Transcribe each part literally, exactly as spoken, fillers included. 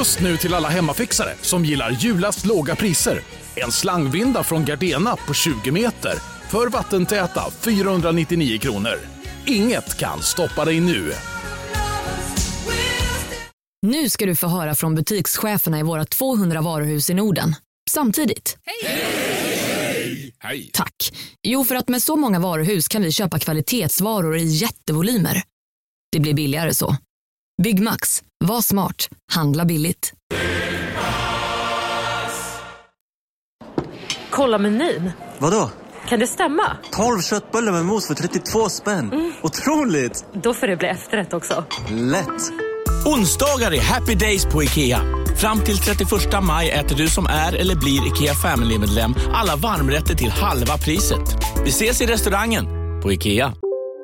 Just nu till alla hemmafixare som gillar Julas låga priser. En slangvinda från Gardena på tjugo meter för vattentäta fyrahundranittionio kronor. Inget kan stoppa dig nu. Nu ska du få höra från butikscheferna i våra tvåhundra varuhus i Norden. Samtidigt. Hej! Hej! Hej! Tack. Jo, för att med så många varuhus kan vi köpa kvalitetsvaror i jättevolymer. Det blir billigare så. Byggmax. Var smart. Handla billigt. Kolla menyn. Vadå? Kan det stämma? tolv köttbullar med mos för trettiotvå spänn. Mm. Otroligt! Då får det bli efterrätt också. Lätt! Onsdagar är happy days på IKEA. Fram till trettioförsta maj äter du som är eller blir IKEA Family-medlem alla varmrätter till halva priset. Vi ses i restaurangen på IKEA.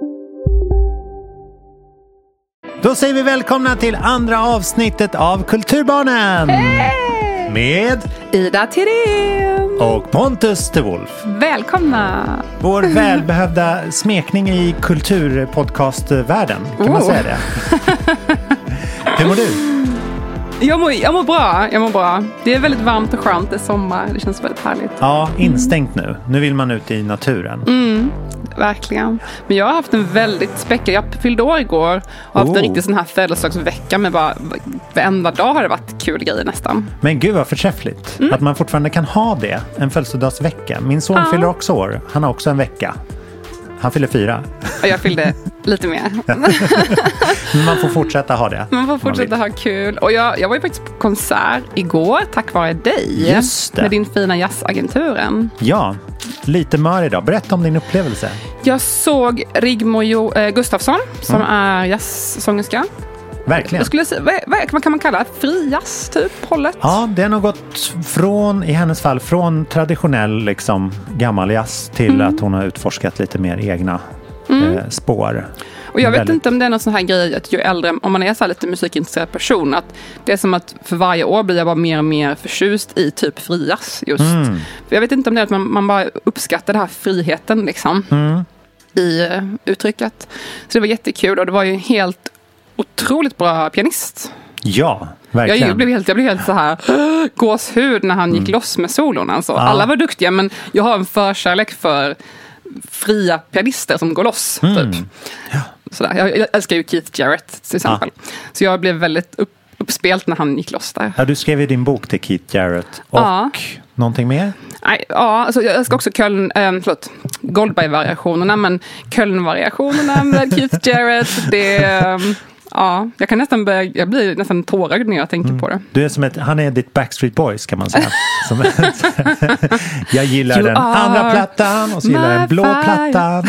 Då säger vi välkomna till andra avsnittet av Kulturbarnen. Hey! Med Ida Thirén och Pontus de Wolf. Välkomna! Vår välbehövda smekning i kulturpodcastvärlden. Kan oh. man säga det? Hur mår du? Jag mår, jag mår bra, jag mår bra. Det är väldigt varmt och skönt, det är sommar. Det känns väldigt härligt. Ja, instängt nu. Nu vill man ut i naturen. Mm, verkligen. Men jag har haft en väldigt späckad... Jag fyllde år igår och haft oh. en riktig sån här födelsedagsvecka med bara... Varenda dag har det varit kul grejer nästan. Men gud vad förträffligt. Mm. Att man fortfarande kan ha det. En födelsedagsvecka. Min son ja. fyller också år. Han har också en vecka. Han fyller fyra. Och jag fyllde lite mer. Men man får fortsätta ha det. Man får fortsätta ha kul. Och jag, jag var ju faktiskt på konsert igår tack vare dig. Just det. Med din fina jazzagenturen. Ja, lite mör idag. Berätta om din upplevelse. Jag såg Rigmor jo, äh, Gustafsson som mm. är jazzsångerska. Verkligen. Jag skulle säga, vad, vad kan man kalla fri jazz typ hållet? Ja, det har nog gått från, i hennes fall, från traditionell liksom gammal jazz till mm. att hon har utforskat lite mer egna mm. eh, spår. Och jag vet väldigt... inte om det är någon sån här grej att ju äldre, om man är så här lite musikintresserad person, att det är som att för varje år blir jag bara mer och mer förtjust i typ fri jazz just. Mm. För jag vet inte om det är att man, man bara uppskattar den här friheten liksom mm. i uh, uttrycket. Så det var jättekul och det var ju helt otroligt bra pianist. Ja, verkligen. Jag blev helt, jag blev helt så här gåshud när han gick mm. loss med solon. Alltså. Ja. Alla var duktiga, men jag har en förkärlek för fria pianister som går loss. Mm. Typ. Ja. Sådär. Jag älskar ju Keith Jarrett till exempel. Ja. Så jag blev väldigt upp, uppspelt när han gick loss där. Ja, du skrev ju din bok till Keith Jarrett. Och ja. någonting mer? Nej, ja, alltså jag ska också Köln, äh, förlåt, Goldberg-variationerna, men Köln-variationerna med Keith Jarrett, det... Um, ja, jag kan nästan börja, jag blir nästan tårögd när jag tänker mm. på det. Du är som ett, han är ditt Backstreet Boys kan man säga. Som ett, jag gillar you den andra plattan och så gillar den blå fire. plattan.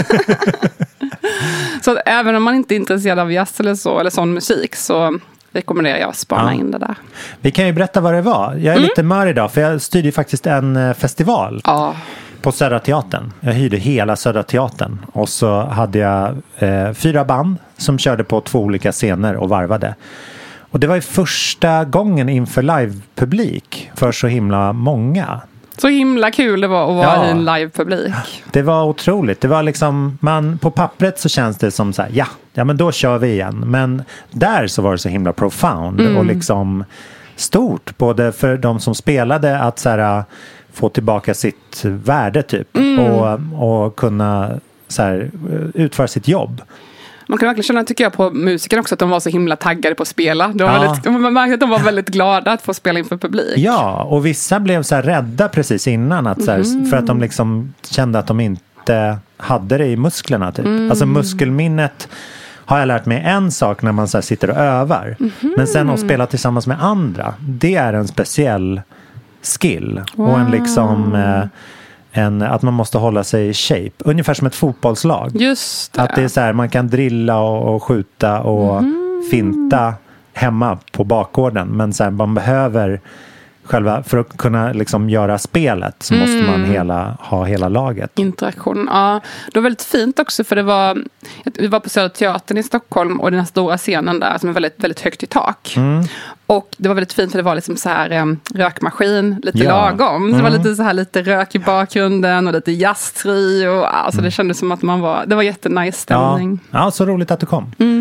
Så att även om man inte är intresserad av jazz eller så, eller sån musik, så rekommenderar jag att spana ja. in det där. Vi kan ju berätta vad det var. Jag är mm. lite mör idag för jag styrde faktiskt en festival. Ja. På Södra Teatern. Jag hyrde hela Södra Teatern. Och så hade jag eh, fyra band som körde på två olika scener och varvade. Och det var ju första gången inför livepublik för så himla många. Så himla kul det var att vara ja, i en livepublik. Det var otroligt. Det var liksom, man, på pappret så känns det som så här, ja, ja men då kör vi igen. Men där så var det så himla profound mm. och liksom stort. Både för de som spelade att så här, få tillbaka sitt värde typ mm. och, och kunna så här, utföra sitt jobb. Man kan verkligen känna, tycker jag, på musikerna också att de var så himla taggade på att spela. De var ja. väldigt, man märkte att de var väldigt glada att få spela inför publik. Ja, och vissa blev så här rädda precis innan att, så här, mm. för att de liksom kände att de inte hade det i musklerna typ. Mm. Alltså muskelminnet har jag lärt mig en sak när man så här sitter och övar. Mm. Men sen att spela tillsammans med andra, det är en speciell skill. Wow. Och en liksom eh, en, att man måste hålla sig i shape. Ungefär som ett fotbollslag. Just det. Att det är så här, man kan drilla och, och skjuta och mm. finta hemma på bakgården. Men så här, man behöver själva, för att kunna liksom göra spelet så måste mm. man hela, ha hela laget. Interaktion, ja. Det var väldigt fint också för det var, vi var på Södra Teatern i Stockholm och den här stora scenen där som är väldigt, väldigt högt i tak. Mm. Och det var väldigt fint för det var liksom så här en rökmaskin, lite ja. lagom. Mm. Det var lite så här lite rök i bakgrunden och lite jazztri och alltså mm. det kändes som att man var, det var jättenice stämning. Ja, ja så roligt att du kom. Mm.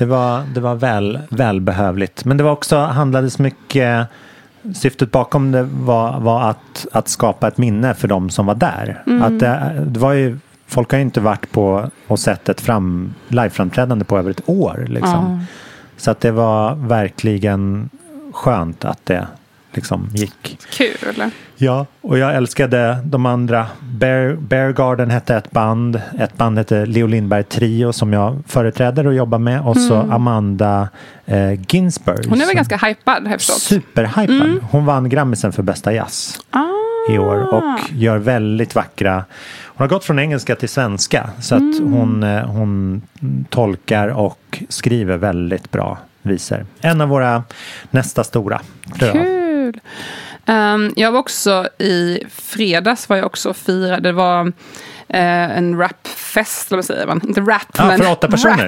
Det var, det var väl, välbehövligt. Men det var också, handlades mycket, syftet bakom det var, var att, att skapa ett minne för de som var där. Mm. Att det, det var ju, folk har ju inte varit på och sett ett fram, liveframträdande på över ett år. Liksom. Mm. Så att det var verkligen skönt att det liksom gick. Kul. Ja, och jag älskade de andra. Bear, Bear Garden hette ett band. Ett band hette Leo Lindberg Trio som jag företräder och jobbar med. Och så mm. Amanda eh, Ginsberg. Hon är väl ganska hypad, har jag förstått. Superhypad. Mm. Hon vann Grammisen för bästa jazz ah. i år. Och gör väldigt vackra... Hon har gått från engelska till svenska. Så att mm. hon, hon tolkar och skriver väldigt bra visor. En av våra nästa stora. Kul! Um, jag var också i fredags var jag också firade. Det var uh, en rapfest, eller vad säger man? Inte rap, ja, men för åtta personer.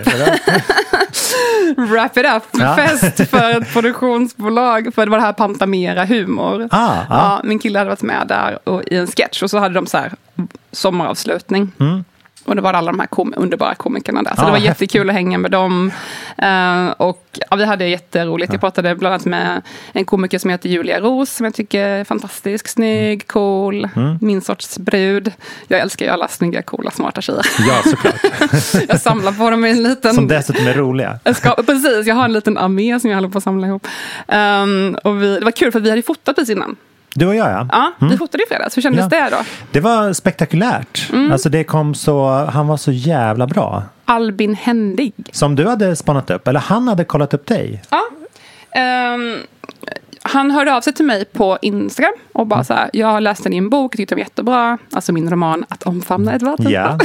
Wrap it up-fest ja. För ett produktionsbolag. För det var det här Pantamera humor. Ah, ah. Ja, min kille hade varit med där och, i en sketch. Och så hade de så här sommaravslutning. Mm. Och det var alla de här kom- underbara komikerna där. Så ah, det var häftigt. Jättekul att hänga med dem. Uh, och ja, vi hade jätteroligt. Jag pratade bland annat med en komiker som heter Julia Ros. Som jag tycker är fantastisk, snygg, cool. Mm. Min sorts brud. Jag älskar ju alla snygga, coola, smarta tjejer. Ja, såklart. Jag samlar på dem i en liten... Som dessutom är roliga. Jag ska, precis, jag har en liten armé som jag håller på att samla ihop. Um, och vi, det var kul för att vi hade fotat precis innan. Du och jag, ja. Ja, vi mm. fotade i fredags. Hur kändes ja. det då? Det var spektakulärt. Mm. Alltså det kom så, han var så jävla bra. Albin Händig. Som du hade spanat upp, eller han hade kollat upp dig. Ja. Um, han hörde av sig till mig på Instagram och bara mm. så här, jag har läst den i en bok, jag tyckte den var jättebra. Alltså min roman Att omfamna ett vatten. Ja.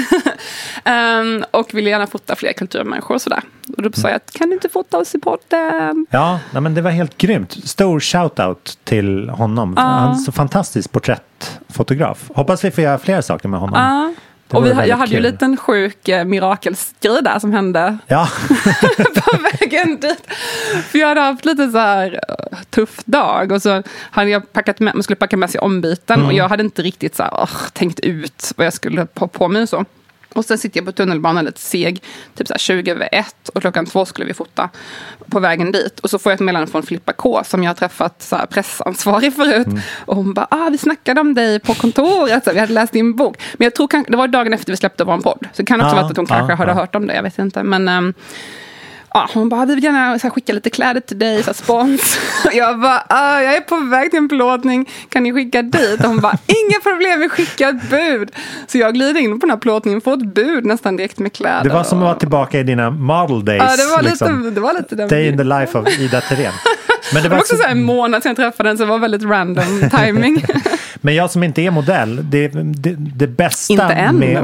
um, och ville gärna fota fler kulturmänniskor och sådär. Och då sa jag att kan du inte fota oss i podden? Ja, nej, men det var helt grymt. Stor shoutout till honom. Uh. Han är så fantastisk porträttfotograf. Hoppas vi får göra fler saker med honom. Uh. Och vi, jag hade kul. ju en liten sjuk eh, mirakelsgrej där som hände ja. på vägen dit. För jag hade haft lite så här uh, tuff dag och så hade jag packat med, man skulle packa med sig ombyten mm. och jag hade inte riktigt så här, uh, tänkt ut vad jag skulle ha på mig och så. Och sen sitter jag på tunnelbanan lite seg, typ så här tjugo över ett och klockan två skulle vi fota på vägen dit. Och så får jag ett meddelande från Filippa K som jag har träffat så här pressansvarig förut. Mm. Och hon bara, ah vi snackade om dig på kontoret, så vi hade läst din bok. Men jag tror kan, det var dagen efter vi släppte vår podd. Så det kan också ja, vara att hon ja, kanske ja. hade hört om det, jag vet inte. Men... Um, ja, hon bara, vi vill gärna så här, skicka lite kläder till dig, så här, spons. Och jag bara, ah, jag är på väg till en plåtning, kan ni skicka dit? Och hon bara, inga problem, vi skickar ett bud. Så jag glider in på den här plåtningen, får ett bud nästan direkt med kläder. Det var som att vara tillbaka i dina model days. Ja, det var lite, liksom. det var lite den Day in the life of Ida Thirén. Men det var, det var också så här en månad sedan jag träffade den, så det var väldigt random timing. Men jag som inte är modell, det, det, det bästa inte än, med...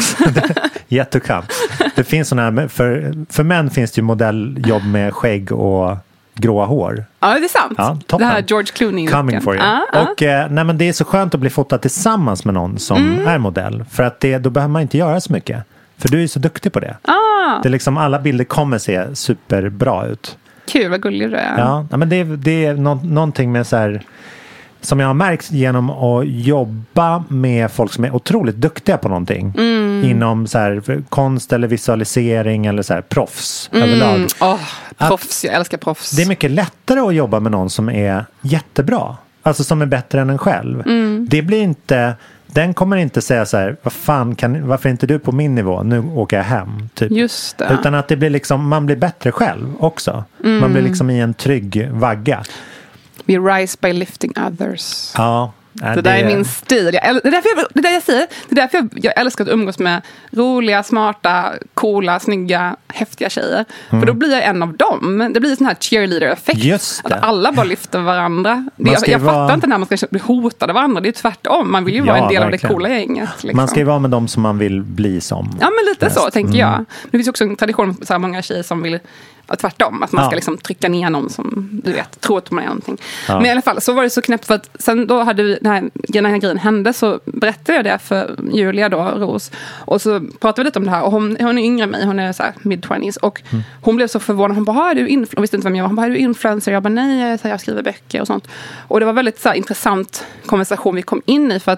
Yet to come. Det finns såna här, för, för män finns det ju modelljobb med skägg och gråa hår. Ja, det är sant. Ja, det här George Clooney. Coming for you. Ah, och ah. Eh, nej, men det är så skönt att bli fotad tillsammans med någon som mm. är modell. För att det, då behöver man inte göra så mycket. För du är så duktig på det. Ah. Det är liksom, alla bilder kommer se superbra ut. Kul, vad gullig du är. Ja, men det, det är no- någonting med så här... Som jag har märkt genom att jobba med folk som är otroligt duktiga på någonting. Mm. Inom så här, konst eller visualisering eller så här, proffs mm. överlag. Oh, proffs, jag älskar proffs. Det är mycket lättare att jobba med någon som är jättebra. Alltså som är bättre än en själv. Mm. Det blir inte... Den kommer inte säga så här, vad fan kan, varför är inte du på min nivå? Nu åker jag hem. Typ. Just det. Utan att det blir liksom, man blir bättre själv också. Mm. Man blir liksom i en trygg vagga. We rise by lifting others. Ja. Det, det där är min stil. Jag, det är därför jag, det där jag säger. Det är därför jag, jag älskar att umgås med roliga, smarta, coola, snygga, häftiga tjejer. Mm. För då blir jag en av dem. Det blir en sån här cheerleader-effekt. Just det. Att alla bara lyfter varandra. Det, jag jag vara... fattar inte när man ska bli hotad av varandra. Det är tvärtom. Man vill ju ja, vara en del verkligen. av det coola gänget. Liksom. Man ska ju vara med dem som man vill bli som. Ja, men lite mest. så tänker jag. Mm. Men det finns också en tradition med så här många tjejer som vill... tvärtom, att man ska ja. liksom trycka ner någon som du vet, tror att man är någonting. Ja. Men i alla fall, så var det så knäppt för att sen då hade vi, när den här grejen hände så berättade jag det för Julia då, Ros. Och så pratade vi lite om det här och hon, hon är yngre än mig, hon är så här mid-twenties och mm. hon blev så förvånad, hon bara, är du influ-? Hon visste inte vem jag var, hon bara, är du influencer? Jag bara, nej, jag, så här, jag skriver böcker och sånt. Och det var väldigt så här, intressant konversation vi kom in i för att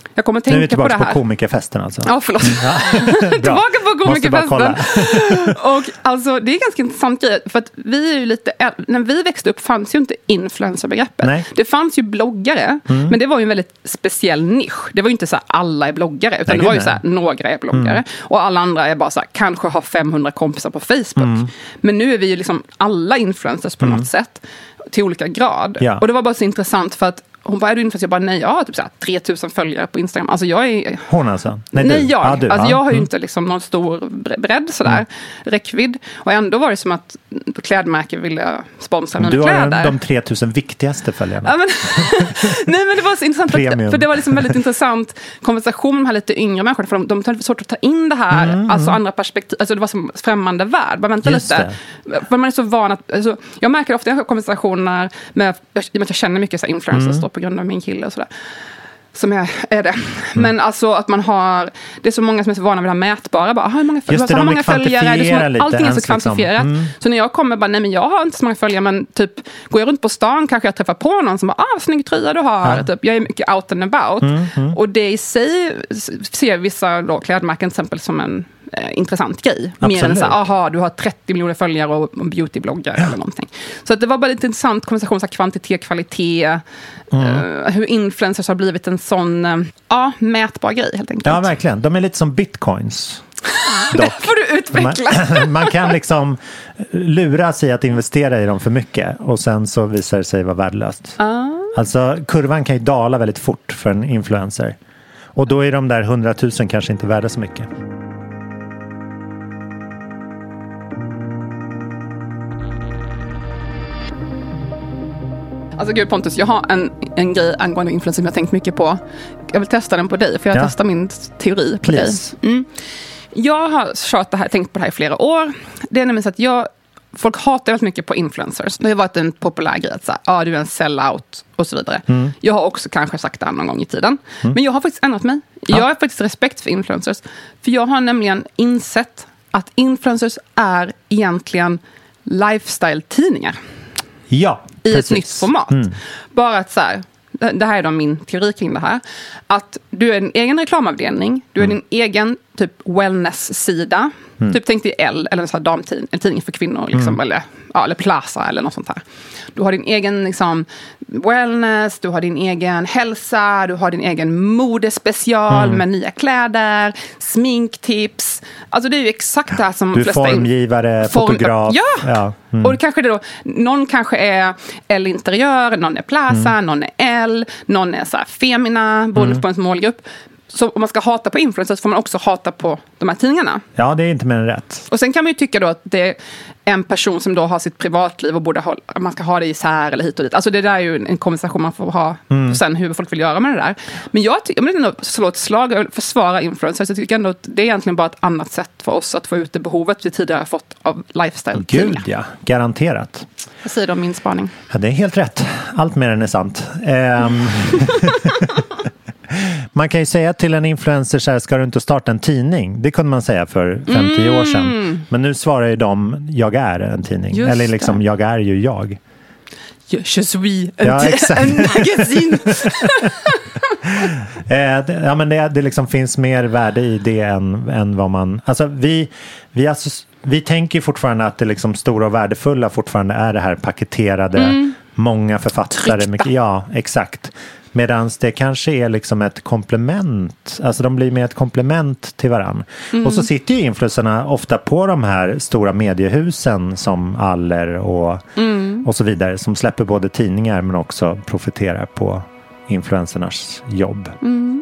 Jag kommer att nu är vi tänka på det tillbaka här. på komikerfesten alltså. Ja, förlåt. Ja. Tillbaka på komikerfesten. Måste Och alltså, det är ganska intressant grej. För att vi är ju lite, när vi växte upp fanns ju inte influencerbegreppet. Nej. Det fanns ju bloggare, mm. men det var ju en väldigt speciell nisch. Det var ju inte så här, alla är bloggare, utan nej, det var ju nej. så här, några är bloggare. Mm. Och alla andra är bara så här, kanske har femhundra kompisar på Facebook. Mm. Men nu är vi ju liksom alla influencers på mm. något sätt, till olika grad. Ja. Och det var bara så intressant för att hon bara, är du influencer? Jag bara, nej, jag har typ så här tre tusen följare på Instagram. Alltså jag är... Hon alltså? Nej, Nej, nej jag. Ja, du. Alltså ja. jag har ju mm. inte liksom någon stor bredd sådär, mm. räckvidd. Och ändå var det som att klädmärken ville sponsra mina du kläder. Du har de tre tusen viktigaste följarna. Ja, men, nej, men det var så intressant. För, för det var liksom väldigt intressant konversation med de här lite yngre människorna. För de, de tar svårt att ta in det här, mm. alltså andra perspektiv. Alltså det var som främmande värld. Bara vänta Just lite. Det. För man är så van att... Alltså, jag märker ofta att jag har konversationer med... I och med att jag känner mycket så här influencers mm. på grund av min kille och sådär. Som jag är det. Mm. Men alltså att man har... Det är så många som är så vana vid att mätbara. Bara, hur många, Just det, hur de många följare? Det är som, allting är så kvantifierat. Liksom. Mm. Så när jag kommer bara, nej men jag har inte så många följare. Men typ, går jag runt på stan kanske jag träffar på någon som bara, ah, snygg tröja du har. Ja. Typ, jag är mycket out and about. Mm, mm. Och det i sig ser vissa då, klädmärken till exempel som en eh, intressant grej. Absolut. Mer än så här, aha, du har trettio miljoner följare och, och beautybloggar ja. eller någonting. Så att det var bara lite intressant konversation, så här, kvantitet, kvalitet. Mm. Uh, hur influencers har blivit en sån uh, ja, mätbar grej helt enkelt. Ja, verkligen. De är lite som bitcoins. Det får du utveckla. Man, man kan liksom lura sig att investera i dem för mycket och sen så visar det sig vara värdelöst. Uh. Alltså kurvan kan ju dala väldigt fort för en influencer. Och då är de där hundratusen kanske inte värda så mycket. Alltså gud Pontus, jag har en, en grej angående influencer som jag har tänkt mycket på. Jag vill testa den på dig, för jag ja. testar min teori på Please. dig. Mm. Jag har kört det här, tänkt på det här i flera år. Det är nämligen så att jag, folk hatar väldigt mycket på influencers. Det har varit en populär grej att säga, ja ah, du är en sellout och så vidare. Mm. Jag har också kanske sagt det någon gång i tiden. Mm. Men jag har faktiskt ändrat mig. Ja. Jag har faktiskt respekt för influencers. För jag har nämligen insett att influencers är egentligen lifestyle-tidningar. Ja, i precis. ett nytt format. Mm. Bara att så här, det här är då min teori kring det här. Att du är en egen reklamavdelning, du är mm. din egen typ wellness-sida. Mm. Typ tänk dig L eller en sån här damtidning, en tidning för kvinnor liksom, mm. eller, ja, eller Plaza eller något sånt här. Du har din egen liksom, wellness, du har din egen hälsa, du har din egen modespecial mm. med nya kläder, sminktips. Alltså det är ju exakt det här som du är flesta formgivare, form, fotograf. Ja, ja. Mm. och kanske det då, någon kanske är L-interiör, någon är Plaza, mm. någon är L, någon är så här femina, beroende mm. på ens målgrupp. Så om man ska hata på influencers får man också hata på de här tidningarna. Ja, det är inte mer än rätt. Och sen kan man ju tycka då att det är en person som då har sitt privatliv och borde ha, man ska ha det isär eller hit och dit. Alltså det där är ju en konversation man får ha mm. och sen hur folk vill göra med det där. Men jag tycker, om det ändå slår ett slag och försvara influencers, jag tycker ändå att det är egentligen bara ett annat sätt för oss att få ut det behovet vi tidigare har fått av lifestyle-tidningar. Gud ja, garanterat. Vad säger du om min spaning? Ja, det är helt rätt. Allt mer än är sant. Um... Man kan ju säga till en influencer så här, ska du inte starta en tidning? Det kunde man säga för femtio mm. år sedan. Men nu svarar ju de, jag är en tidning. Just Eller liksom, det. jag är ju jag. Je suis en, ja, exakt. en magasin. ja, men det, det liksom finns mer värde i det än, än vad man... Alltså vi, vi, alltså, vi tänker ju fortfarande att det liksom stora och värdefulla fortfarande är det här paketerade, mm. många författare. Mycket, ja, exakt. Medan det kanske är liksom ett komplement. Alltså de blir mer ett komplement till varann. Mm. Och så sitter ju influencerna ofta på de här stora mediehusen som Aller och, mm. och så vidare. Som släpper både tidningar men också profiterar på influencernas jobb. Mm.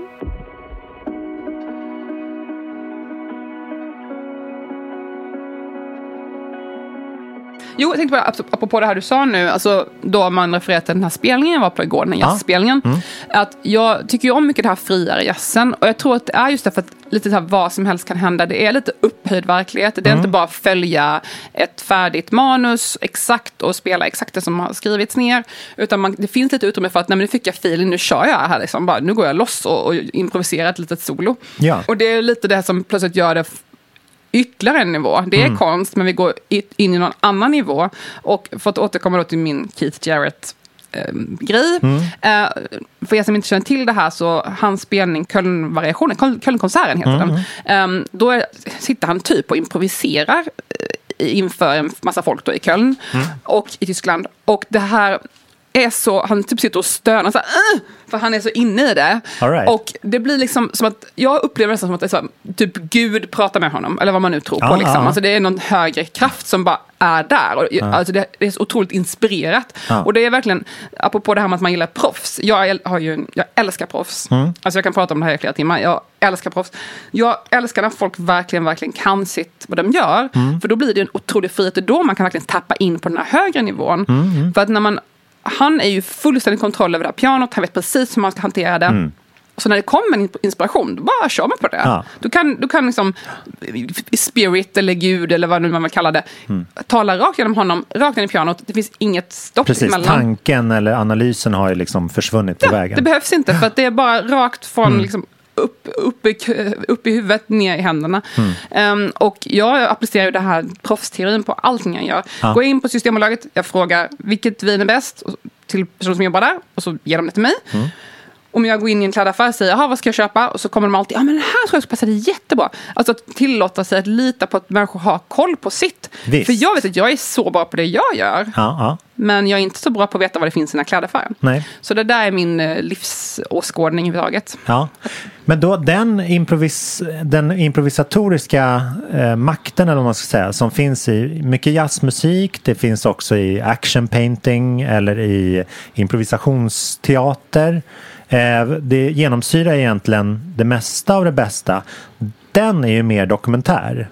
Jo, jag tänkte bara, apropå det här du sa nu, alltså då man refererar till den här spelningen jag var på igår, den här jazzspelningen, mm. att jag tycker ju om mycket det här friare jazzen, och jag tror att det är just därför att lite så här vad som helst kan hända, det är lite upphöjd verklighet, det är mm. inte bara följa ett färdigt manus exakt och spela exakt det som har skrivits ner, utan man, det finns lite utrymme för att, nej men nu fick jag filen, nu kör jag här liksom, bara, nu går jag loss och, och improviserar ett litet solo. Ja. Och det är lite det som plötsligt gör det ytterligare en nivå. Det är mm. konst, men vi går in i någon annan nivå. Och för att återkomma då till min Keith Jarrett eh, grej. Mm. Eh, för er som inte känner till det här, så hans spelning Köln-variationen, Köln-konserten heter mm. den. Eh, då är, sitter han typ och improviserar eh, inför en massa folk då i Köln mm. och i Tyskland. Och det här är så, han typ sitter och stönar så här, uh, för han är så inne i det. All right. Och det blir liksom som att, jag upplever det som att det är så här, typ Gud pratar med honom, eller vad man nu tror på. Ah, liksom. ah. Alltså det är någon högre kraft som bara är där. Och, ah. Alltså det, det är så otroligt inspirerat. Ah. Och det är verkligen, apropå det här med att man gillar proffs. Jag, har ju, jag älskar proffs. Mm. Alltså jag kan prata om det här i flera timmar. Jag älskar proffs. Jag älskar när folk verkligen, verkligen kan sitt vad de gör. Mm. För då blir det en otrolig frihet. Och då man kan verkligen tappa in på den här högre nivån. Mm. Mm. För att när man han är ju fullständig kontroll över det här pianot. Han vet precis hur man ska hantera det. Mm. Så när det kommer en inspiration, då bara kör man på det. Ja. Du kan, du kan liksom spirit eller Gud eller vad nu man vill kalla det. Mm. Tala rakt genom honom, rakt in i pianot. Det finns inget stopp precis, emellan. Tanken eller analysen har ju liksom försvunnit på ja, vägen. Det behövs inte, för att det är bara rakt från mm. liksom Upp, upp, i, upp i huvudet, ner i händerna. Mm. Um, och jag applicerar ju det här proffsteorin på allting jag gör. Ja. Går in på Systembolaget, jag frågar vilket vin är bäst till personer som jobbar där, och så ger de det till mig. Mm. Om jag går in i en klädaffär och säger, jaha, vad ska jag köpa? Och så kommer de alltid, ja men den här tror jag passar jättebra. Alltså att tillåta sig att lita på att människor har koll på sitt. Visst. För jag vet att jag är så bra på det jag gör. Ja, ja. Men jag är inte så bra på att veta vad det finns i den här klädaffären. Nej. Så det där är min livsåskådning överhuvudtaget. Ja. Men då den, improvis, den improvisatoriska eh, makten, eller vad man ska säga, som finns i mycket jazzmusik, det finns också i action painting eller i improvisationsteater. Eh, det genomsyrar egentligen det mesta av det bästa. Den är ju mer dokumentär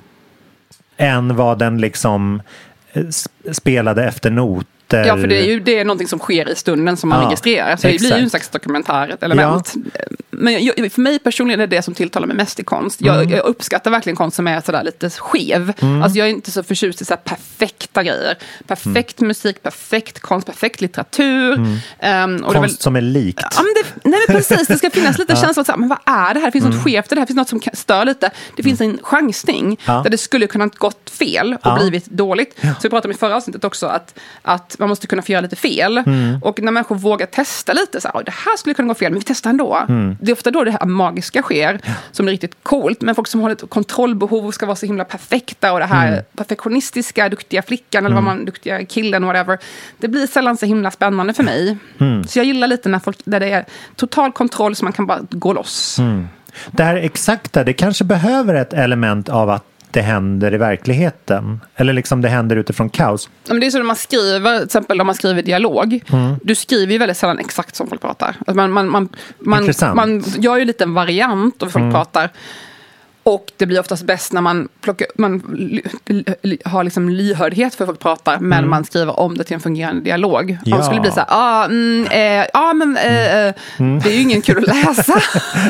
än vad den liksom eh, spelade efter not. Ja, för det är ju det är någonting som sker i stunden som man ja, registrerar. Så exakt. Det blir ju en slags dokumentär, ett element. Ja. Men jag, för mig personligen är det som tilltalar mig mest i konst. Jag, mm. jag uppskattar verkligen konst som är sådär lite skev. Mm. Alltså jag är inte så förtjust i så här perfekta grejer. Perfekt mm. musik, perfekt konst, perfekt litteratur. Mm. Um, och konst det är väl, som är likt. Ja, men det, nej men precis, det ska finnas lite ja. känsla att men vad är det här? Det finns mm. något skevt, det här finns något som stör lite. Det finns en chansning ja. där det skulle kunna gått fel och ja. blivit dåligt. Ja. Så vi pratade om i förra avsnittet också att, att man måste kunna få göra lite fel. Mm. Och när människor vågar testa lite, så här, det här skulle kunna gå fel, men vi testar ändå. Mm. Det är ofta då det här magiska sker, ja. som är riktigt coolt. Men folk som har ett kontrollbehov ska vara så himla perfekta, och det här mm. perfektionistiska, duktiga flickan, eller mm. vad man, duktiga killen, whatever. Det blir sällan så himla spännande för mig. Mm. Så jag gillar lite när folk, där det är total kontroll, så man kan bara gå loss. Mm. Det här exakta, det kanske behöver ett element av att det händer i verkligheten. Eller liksom det händer utifrån kaos. Men det är så när man skriver, till exempel om man skriver dialog. Mm. Du skriver ju väldigt sällan exakt som folk pratar. Alltså man, man, man, man, man gör ju lite en variant av folk mm. pratar. Och det blir oftast bäst när man, plockar, man har liksom lyhördhet för att folk pratar, men mm. man skriver om det till en fungerande dialog. Ja. Om det skulle bli så här, ah, mm, eh, ah, men eh, mm. det är ju ingen kul att läsa.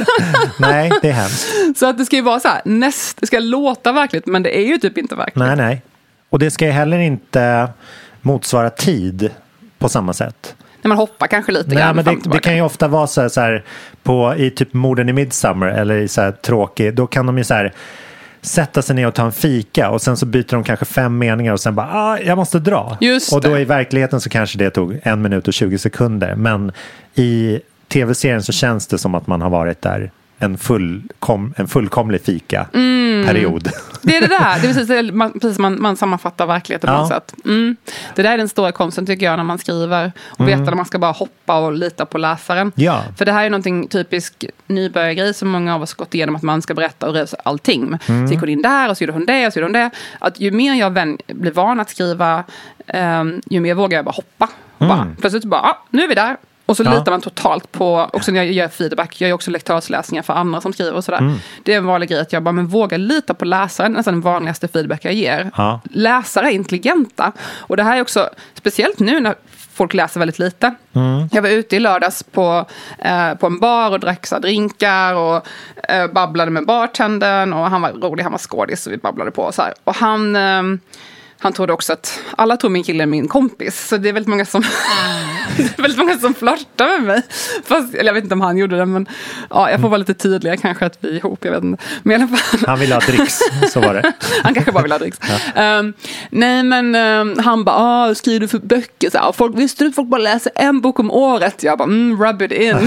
Nej, det är hemskt. Så att det ska ju vara så här, näst, det ska låta verkligt, men det är ju typ inte verkligt. Nej, nej. Och det ska ju heller inte motsvara tid på samma sätt. När man hoppar kanske lite. Nej, men det, det kan ju ofta vara så här, så här på, i typ Morden i Midsommar eller i så här tråkig, då kan de ju så här sätta sig ner och ta en fika, och sen så byter de kanske fem meningar och sen bara, ah, jag måste dra. Just och då det. I verkligheten så kanske det tog en minut och tjugo sekunder, men i tv-serien så känns det som att man har varit där en, fullkom, en fullkomlig fika-period. Mm. Det är det där. Det är precis, man, precis man, man sammanfattar verkligheten ja. på något sätt. Mm. Det där är den stora konsten tycker jag, när man skriver och mm. vet att man ska bara hoppa och lita på läsaren. Ja. För det här är någonting typisk nybörjargrej som många av oss gått igenom, att man ska berätta och resa allting. Mm. Så gick hon in där och så gjorde hon det och så gjorde hon det. Att ju mer jag vän, blir van att skriva, um, ju mer vågar jag bara hoppa. Mm. Bara, plötsligt bara, ah, nu är vi där. Och så ja. litar man totalt på, också när jag gör feedback, jag gör också lektörsläsningar för andra som skriver och sådär. Mm. Det är en vanlig grej att jag bara, men vågar lita på läsaren, nästan den vanligaste feedback jag ger. Ja. Läsare är intelligenta. Och det här är också, speciellt nu när folk läser väldigt lite. Mm. Jag var ute i lördags på, eh, på en bar och drack så drinkar och eh, babblade med bartendern, och han var rolig, han var skådis, så vi babblade på och så här. Och han... Eh, Han trodde också att alla tror min kille är min kompis. Så det är väldigt många som det är väldigt många som flörtar med mig. Fast, eller jag vet inte om han gjorde det, men ja, jag får vara lite tydligare kanske att vi är ihop, jag vet inte. Men i alla fall. Han ville ha dricks, så var det. Han kanske bara vill ha dricks. Ja. Um, nej, men um, han bara, ah, skriver du för böcker? Så här, folk, visste du att folk bara läser en bok om året? Jag bara, mm, rub it in.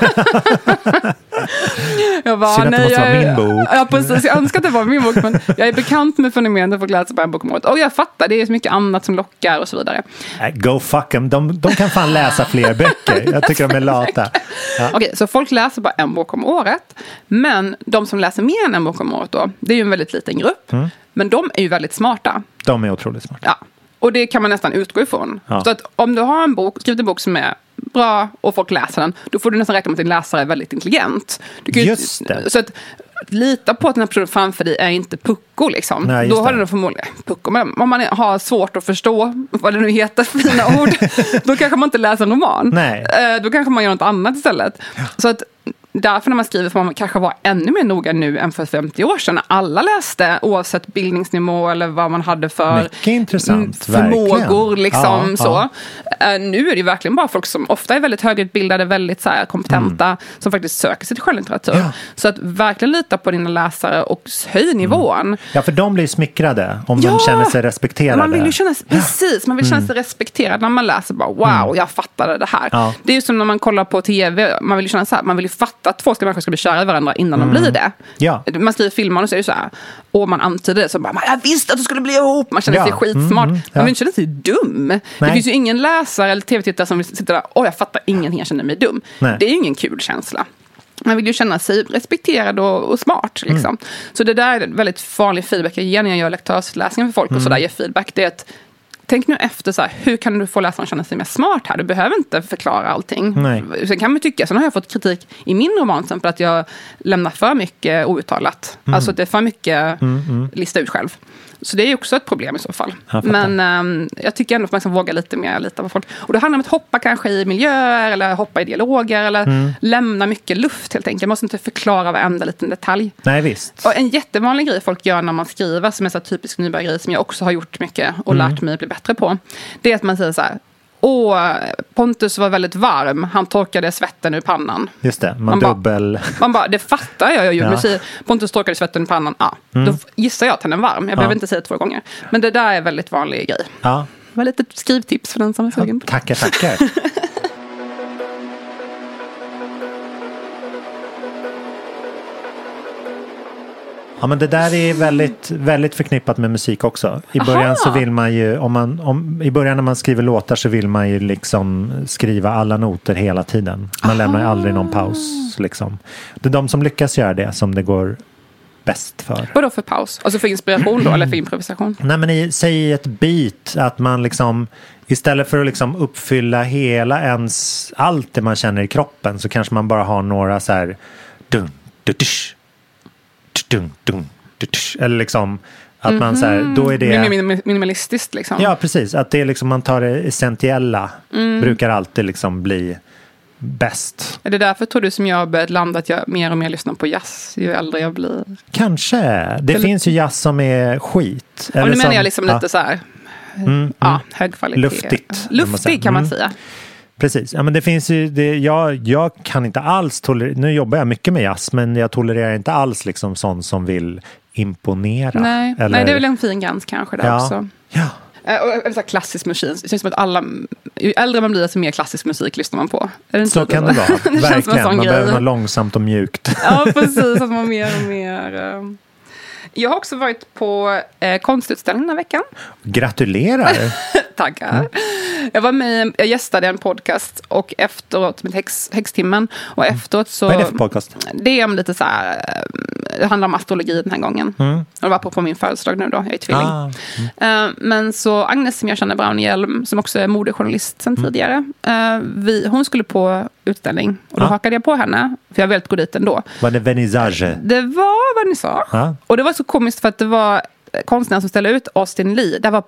jag bara, Synd att nej, det måste jag, vara min bok. Ja, precis. Jag önskar att det var min bok, men jag är bekant med fenomenet att folk läser bara en bok om året. Och jag fattar, det är så mycket annat som lockar och så vidare. Go fuck them. De, de kan fan läsa fler böcker. Jag tycker de är lata. Ja. Okej, så folk läser bara en bok om året. Men de som läser mer än en bok om året då, det är ju en väldigt liten grupp. Mm. Men de är ju väldigt smarta. De är otroligt smarta. Ja, och det kan man nästan utgå ifrån. Ja. Så att om du har en bok, skrivit en bok som är bra och folk läser den, då får du nästan räkna med att din läsare är väldigt intelligent. Du kan Just ju, det. Så att lita på att den här personen framför dig är inte pucko liksom. Nej, då har det. den förmodligen pucko. Men om man har svårt att förstå vad det nu heter för fina ord, då kanske man inte läser en roman. Nej. Då kanske man gör något annat istället. Ja. Så att därför när man skriver får man kanske vara ännu mer noga nu än för femtio år sedan. När alla läste, oavsett bildningsnivå eller vad man hade för mycket intressant, förmågor. Verkligen. Liksom, ja, så. Ja. Uh, nu är det ju verkligen bara folk som ofta är väldigt högutbildade, väldigt så här, kompetenta, mm. som faktiskt söker sig till skönlitteratur. Ja. Så att verkligen lita på dina läsare och höj nivån. Mm. Ja, för de blir smickrade om ja, de känner sig respekterade. Man vill ju känna, precis, man vill känna mm. sig respekterad när man läser bara, wow, mm. jag fattade det här. Ja. Det är ju som när man kollar på tv, man vill ju känna så här, man vill ju fatta att två ska människor ska bli kära i varandra innan mm. de blir det. Ja. Man skriver filmer och så är det så här, och man antyder det så bara, jag visste att du skulle bli ihop. Man känner sig ja. skitsmart. Mm. Ja. Man vill inte känna sig dum. Nej. Det finns ju ingen läsare eller tv-tittare som sitter där, åh, jag fattar ingenting, jag känner mig dum. Nej. Det är ju ingen kul känsla. Man vill ju känna sig respekterad och, och smart. Liksom. Mm. Så det där är en väldigt farlig feedback jag ger när jag gör lektörsläsning för folk och mm. sådär ger feedback. Det är att tänk nu efter så här, hur kan du få läsaren känna sig mer smart här? Du behöver inte förklara allting. Nej. Sen kan man tycka, sen har jag fått kritik i min roman för att jag lämnar för mycket outtalat. Mm. Alltså det är för mycket mm, mm. lista ut själv. Så det är ju också ett problem i så fall. Jag Men um, jag tycker ändå att man ska våga lite mer lita på folk. Och det handlar om att hoppa kanske i miljöer eller hoppa i dialoger eller mm. lämna mycket luft helt enkelt. Man måste inte förklara varenda liten detalj. Nej, visst. Och en jättevanlig grej folk gör när man skriver som är så typisk nybörjargrej som jag också har gjort mycket och mm. lärt mig att bli bättre på. Det är att man säger så här: åh, Pontus var väldigt varm. Han torkade svetten ur pannan. Just det, man, man dubbel... Bara, man bara, det fattar jag ju. Ja. Säger, Pontus torkade svetten ur pannan. Ja, mm. Då gissar jag att han är varm. Jag ja. behöver inte säga det två gånger. Men det där är en väldigt vanlig grej. Ja. Det var lite skrivtips för den som är sugen. Ja, tackar, tackar. Ja, men det där är väldigt, väldigt förknippat med musik också. I början Aha. så vill man ju, om man, om, i början när man skriver låtar så vill man ju liksom skriva alla noter hela tiden. Man Aha. lämnar ju aldrig någon paus liksom. Det är de som lyckas göra det som det går bäst för. Vadå för paus? Alltså för inspiration då, eller för improvisation? Nej, men i, säg i ett beat att man liksom, istället för att liksom uppfylla hela ens, allt det man känner i kroppen, så kanske man bara har några så här dun, dun, dusch, dun, dun, dusch, eller liksom att mm-hmm. man så här, då är det Minim- minimalistiskt liksom. Ja, precis, att det är liksom, man tar det essentiella mm. brukar alltid liksom bli bäst. Är det därför tror du som jag har börjat landa att jag mer och mer lyssnar på jazz ju äldre jag blir? Kanske. Det Eller... finns ju jazz som är skit. Och nu menar som, jag liksom ja. lite så här mm, ja, mm. hög kvalitet. Luftigt. Luftig kan man mm. säga. Precis. Ja, men det finns ju, det, jag, jag kan inte alls tolerera, nu jobbar jag mycket med jazz, men jag tolererar inte alls liksom sån som vill imponera. Nej, eller... Nej det är väl en fin gräns kanske där ja. också. Ja. Eller så här klassisk musik. Det känns som att alla, ju äldre man blir desto mer klassisk musik lyssnar man på. Är det inte så kan det vara. det verkligen. Man grej. behöver något långsamt och mjukt. Ja, precis. Att man mer och mer... Um... Jag har också varit på eh, konstutställning den här veckan. Gratulerar! Tackar. Mm. Jag var med, jag gästade en podcast och efteråt med häx, häxtimmen och efteråt så... Vad är det för podcast? Det är om lite så här, det handlar om astrologi den här gången. Mm. Jag var på, på min födelsedag nu då, jag är tvilling. Ah. Mm. Uh, men så Agnes som jag känner, Braun-Hjelm, som också är modejournalist sedan mm. tidigare. Uh, vi, hon skulle på utställning och då ah. hakade jag på henne, för jag ville gå dit ändå. Var det vernissage? Det var vernissage. Ah. Och det var så komiskt för att det var konstnären som ställde ut Austin Lee. Det var på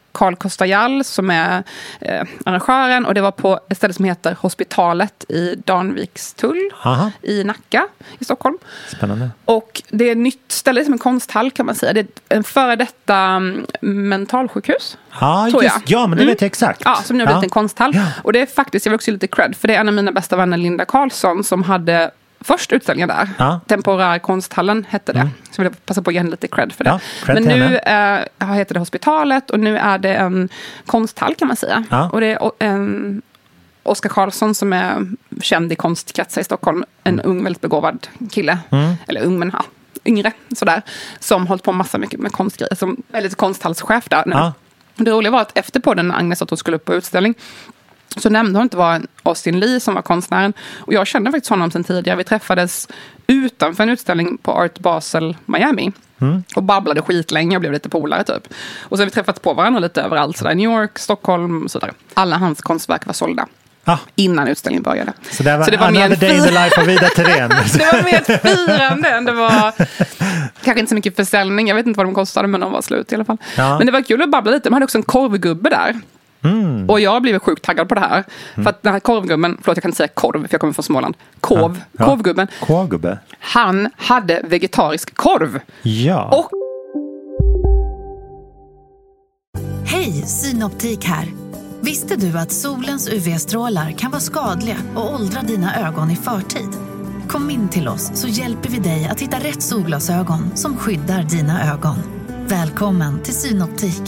Carl Kostajal som är eh, arrangören, och det var på ett ställe som heter Hospitalet i Danvikstull Aha. i Nacka i Stockholm. Spännande. Och det är ett nytt ställe som en konsthall kan man säga. Det är en före detta um, mentalsjukhus. Ja, tror just, jag. ja, men det Mm. vet jag exakt. Ja, som nu har blivit Ja. en konsthall. Ja. Och det är faktiskt, jag vill också ge lite cred, för det är en av mina bästa vänner, Linda Karlsson, som hade först utställningen där. Ja. Temporär konsthallen hette det. Så jag vill passa på att ge henne lite cred för det. Ja, cred Men till nu henne. äh, heter det Hospitalet, och nu är det en konsthall kan man säga. Ja. Och det är en Oskar Karlsson som är känd i konstkretsar i Stockholm. En ung, väldigt begåvad kille. Mm. Eller ung, men ja, yngre. Sådär. Som hållit på massa mycket med konstgrejer. Som är lite konsthallschef där nu. Ja. Det roliga var att efter på den Agnes att hon skulle upp på utställning, så nämnde hon inte var Austin Lee som var konstnären. Och jag kände faktiskt honom sedan tidigare. Vi träffades utanför en utställning på Art Basel, Miami. Mm. Och babblade skitlänge och blev lite polare typ. Och så har vi träffats på varandra lite överallt. Sådär. New York, Stockholm och sådär. Alla hans konstverk var sålda. Ah. Innan utställningen började. Så det var, så det var mer en day in the life av Ida Thirén. Det var mer ett firande än det var kanske inte så mycket försäljning. Jag vet inte vad de kostade, men de var slut i alla fall. Ja. Men det var kul att babbla lite. De hade också en korvgubbe där. Mm. Och jag blev sjukt taggad på det här. Mm. För att den här korvgubben, förlåt jag kan inte säga korv för jag kommer från Småland. Korv, ja. korvgubben. Korvgubbe. Han hade vegetarisk korv. Ja. Och Hej, Synoptik här. Visste du att solens U V-strålar kan vara skadliga och åldra dina ögon i förtid? Kom in till oss så hjälper vi dig att hitta rätt solglasögon som skyddar dina ögon. Välkommen till Synoptik.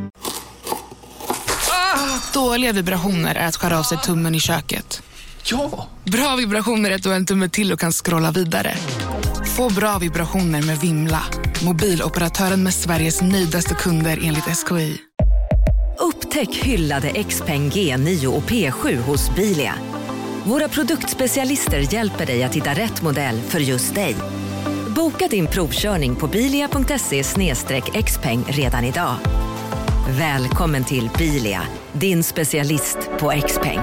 Dåliga vibrationer är att skära av sig tummen i köket. Ja! Bra vibrationer är att du har en tumme till och kan scrolla vidare. Få bra vibrationer med Vimla. Mobiloperatören med Sveriges nöjdaste kunder enligt S K I. Upptäck hyllade Xpeng G nio och P sju hos Bilia. Våra produktspecialister hjälper dig att hitta rätt modell för just dig. Boka din provkörning på bilia punkt se slash xpeng redan idag. Välkommen till Bilia, din specialist på Xpeng.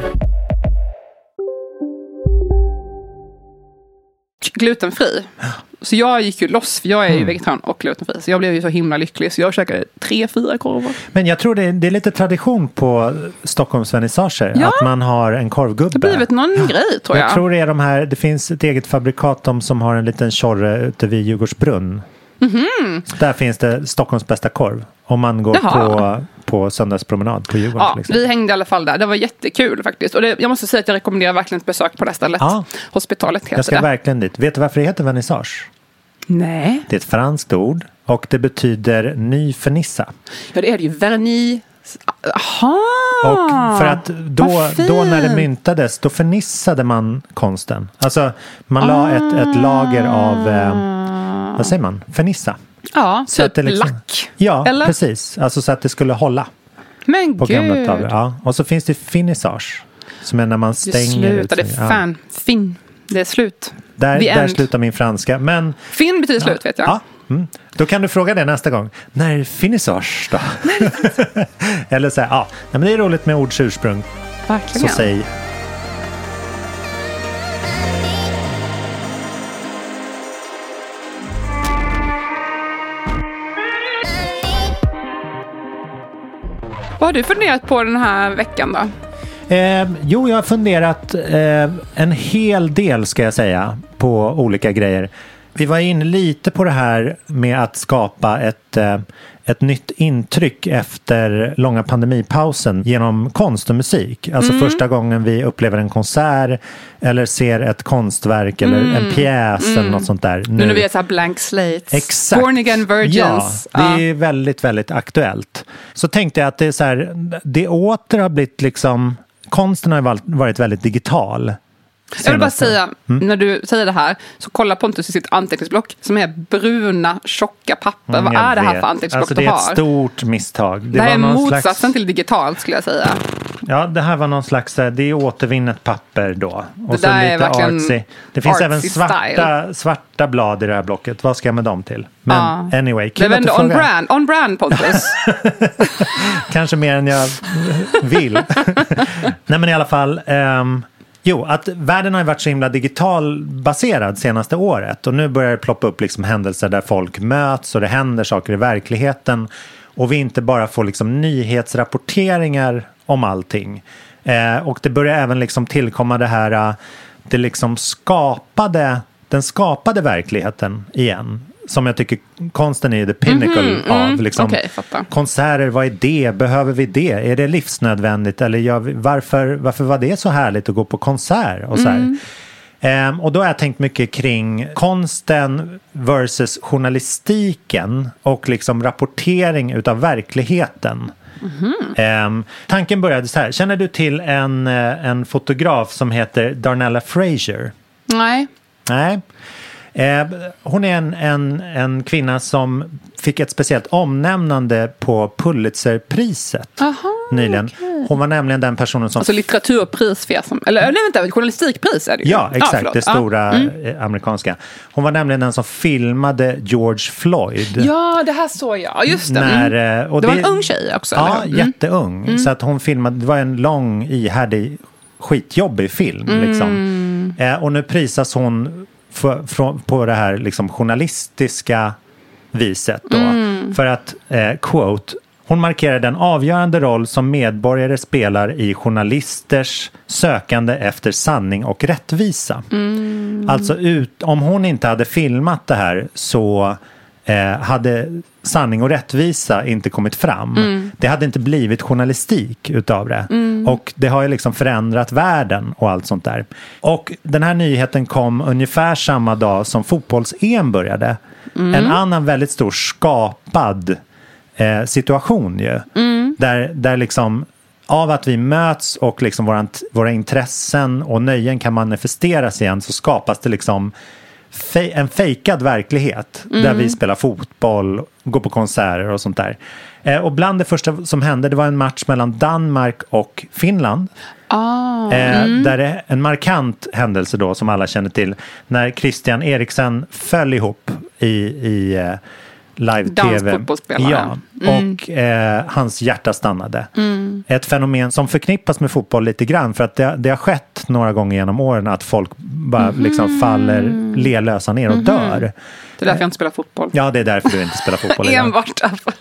Glutenfri. Så jag gick ju loss, för jag är ju mm. vegetarian och glutenfri. Så jag blev ju så himla lycklig. Så jag käkade tre, fyra korvar. Men jag tror det är, det är lite tradition på Stockholms vernissager. Ja. Att man har en korvgubbe. Det har blivit någon ja. grej tror jag. Jag tror det är de här, det finns ett eget fabrikat de som har en liten tjorre ute vid Djurgårdsbrunn. Mm-hmm. Där finns det Stockholms bästa korv. Om man går på, på söndagspromenad på Djurgården. Ja, liksom. Vi hängde i alla fall där. Det var jättekul faktiskt. Och det, jag måste säga att jag rekommenderar verkligen ett besök på det här stället. Ja. Hospitalet heter det. Jag ska det. verkligen dit. Vet du varför det heter vernissage? Nej. Det är ett franskt ord och det betyder ny fernissa. Ja, det är det ju. Vernis. Aha! Och för att då, då när det myntades, då förnissade man konsten. Alltså man la ah. ett, ett lager av, eh, vad säger man? Fernissa. Ja, så typ liksom, lack. Ja, eller? Precis. Alltså så att det skulle hålla. Men på gud. Gamla tavlor. Ja. Och så finns det finissage. Som är när man stänger. Det slutade ut. Fan. Ja. Fin. Det är slut. Där, där slutar min franska. Men, fin betyder slut, ja. vet jag. Ja. Mm. Då kan du fråga det nästa gång. När är finissage då? Eller så här, ja. Men det är roligt med ords ursprung. Verkligen. Så säg. Vad har du funderat på den här veckan då? Eh, jo, jag har funderat eh, en hel del ska jag säga på olika grejer. Vi var in lite på det här med att skapa ett, eh, ett nytt intryck efter långa pandemipausen genom konst och musik. Alltså mm. första gången vi upplever en konsert eller ser ett konstverk eller mm. en pjäs mm. eller något sånt där. Nu när vi är så här blank slates. Exakt. Born again virgins. Ja, det är väldigt, väldigt aktuellt. Så tänkte jag att det är så här, det åter har blivit liksom, konsten har varit väldigt digital. Senaste. Jag vill bara säga, mm. när du säger det här så kollar Pontus i sitt anteckningsblock som är bruna, tjocka papper. Mm, Vad är det här vet. för anteckningsblock alltså, du har? Det är ett stort misstag. Det, det här var är någon motsatsen slags... till digitalt skulle jag säga. Ja, det här var någon slags, det är återvinnet papper då. Och det så där lite är verkligen artsy. Det finns även svarta, style. svarta blad i det här blocket. Vad ska jag med dem till? Men ja. anyway, det är ändå on brand, on brand Pontus. Kanske mer än jag vill. Nej men i alla fall... Um, Jo, att världen har varit så himla digitalbaserad senaste året och nu börjar det ploppa upp liksom händelser där folk möts och det händer saker i verkligheten och vi inte bara får liksom nyhetsrapporteringar om allting. Eh, och det börjar även liksom tillkomma det här, det liksom skapade, den skapade verkligheten igen. Som jag tycker konsten är the pinnacle mm-hmm, av. Mm, liksom, okay, konserter, vad är det? Behöver vi det? Är det livsnödvändigt? Eller gör vi, varför, varför var det så härligt att gå på konsert? Och, så här. Mm. Um, och då har jag tänkt mycket kring konsten versus journalistiken och liksom rapportering utav verkligheten. Mm-hmm. Um, tanken började så här. Känner du till en, en fotograf som heter Darnella Fraser? Nej. Nej. Eh, hon är en, en, en kvinna som fick ett speciellt omnämnande på Pulitzerpriset Aha, nyligen. Okay. Hon var nämligen den personen som... Alltså litteraturpris, eller nej, vänta, journalistikpris är det ju. Ja, exakt, ah, det stora ah, mm. amerikanska. Hon var nämligen den som filmade George Floyd. Ja, det här såg jag, just det. När, mm. och det var det, en ung tjej också. Ja, eller? jätteung. Mm. Så att hon filmade, det var en lång, ihärdig, skitjobbig film. Mm. Liksom. Eh, och nu prisas hon För, för, på det här liksom journalistiska viset då. Mm. För att, eh, quote, hon markerar den avgörande roll som medborgare spelar i journalisters sökande efter sanning och rättvisa. Mm. Alltså ut, om hon inte hade filmat det här så eh, hade sanning och rättvisa inte kommit fram. Mm. Det hade inte blivit journalistik utav det. Mm. Och det har ju liksom förändrat världen och allt sånt där. Och den här nyheten kom ungefär samma dag som fotbolls-E M började. Mm. En annan väldigt stor skapad eh, situation ju. Mm. Där, där liksom av att vi möts och liksom våra, våra intressen och nöjen kan manifesteras igen, så skapas det liksom en fejkad verklighet mm. där vi spelar fotboll, går på konserter och sånt där. Eh, och bland det första som hände, det var en match mellan Danmark och Finland. Ah, eh, mm. Där det är en markant händelse då som alla känner till. När Christian Eriksen föll ihop i, i eh, live-tv. Dansfotbollsspelare. Ja, mm. och eh, hans hjärta stannade. Mm. Ett fenomen som förknippas med fotboll lite grann, för att det, det har skett några gånger genom åren att folk bara mm. liksom faller lelösa ner och mm. dör. Det är därför jag inte spelar fotboll. Ja, det är därför du inte spelar fotboll. Enbart därför.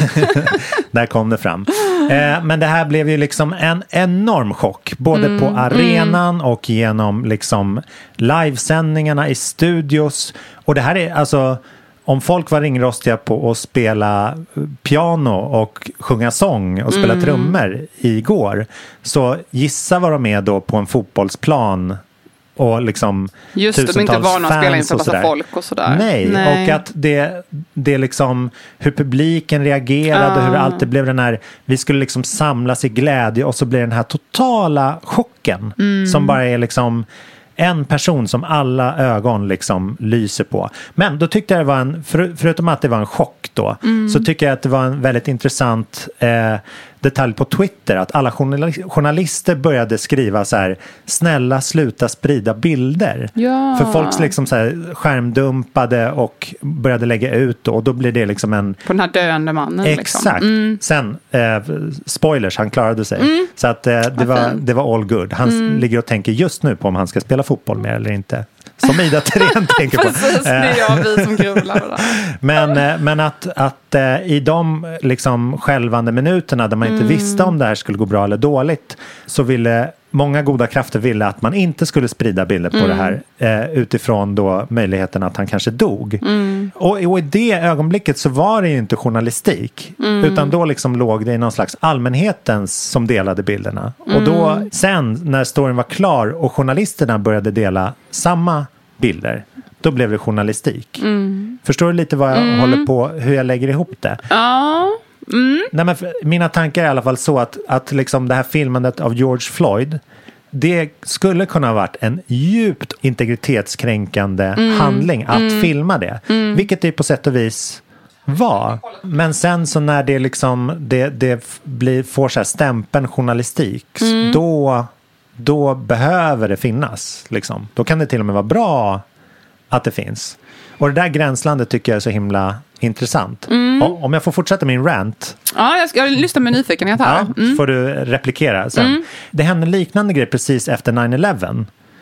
Där kom det fram. Eh, men det här blev ju liksom en enorm chock. Både mm. på arenan mm. och genom liksom livesändningarna i studios. Och det här är alltså... Om folk var ringrostiga på att spela piano och sjunga sång och spela mm. trummor igår, så gissa vad de är då på en fotbollsplan och liksom just det, de inte vana att spela inför massa folk och sådär. Nej, Nej, och att det, det liksom hur publiken reagerade, ah. hur allt det blev den här, vi skulle liksom samlas i glädje och så blir den här totala chocken mm. som bara är liksom en person som alla ögon liksom lyser på. Men då tyckte jag det var en, för, förutom att det var en chock då, mm. så tycker jag att det var en väldigt intressant eh, detalj på Twitter, att alla journal- journalister började skriva så här: snälla sluta sprida bilder. Ja. För folk liksom så här skärmdumpade och började lägga ut då, och då blir det liksom en... På den här döende mannen. Exakt. Liksom. Mm. Sen, eh, spoilers, han klarade sig. Mm. Så att eh, det, var, det var all good. Han mm. ligger och tänker just nu på om han ska spela fotboll mer eller inte. Som Ida Thirén tänker på. Precis, det är jag vi som grubblar. men, men att, att eh, i de liksom skälvande minuterna där man inte mm. visste om det här skulle gå bra eller dåligt, så ville många goda krafter ville att man inte skulle sprida bilder på mm. det här eh, utifrån då möjligheten att han kanske dog. Mm. Och, och i det ögonblicket så var det ju inte journalistik, mm. utan då liksom låg det i någon slags allmänhetens som delade bilderna. Mm. Och då sen när storyn var klar och journalisterna började dela samma bilder, då blev det journalistik. Mm. Förstår du lite vad jag mm. håller på, hur jag lägger ihop det? Ja. Mm. Nej, men mina tankar är i alla fall så att, att liksom det här filmandet av George Floyd, det skulle kunna ha varit en djupt integritetskränkande mm. handling att mm. filma det. Mm. Vilket det på sätt och vis var. Men sen så när det liksom det, det blir, får så här stämpeln journalistik, mm. då, då behöver det finnas. Liksom. Då kan det till och med vara bra att det finns. Och det där gränslandet tycker jag är så himla intressant. Mm. Och om jag får fortsätta min rant. Ja, jag ska lyssna med nyfikenhet här. Ja, mm. får du replikera sen. Mm. Det hände en liknande grej precis efter nine eleven.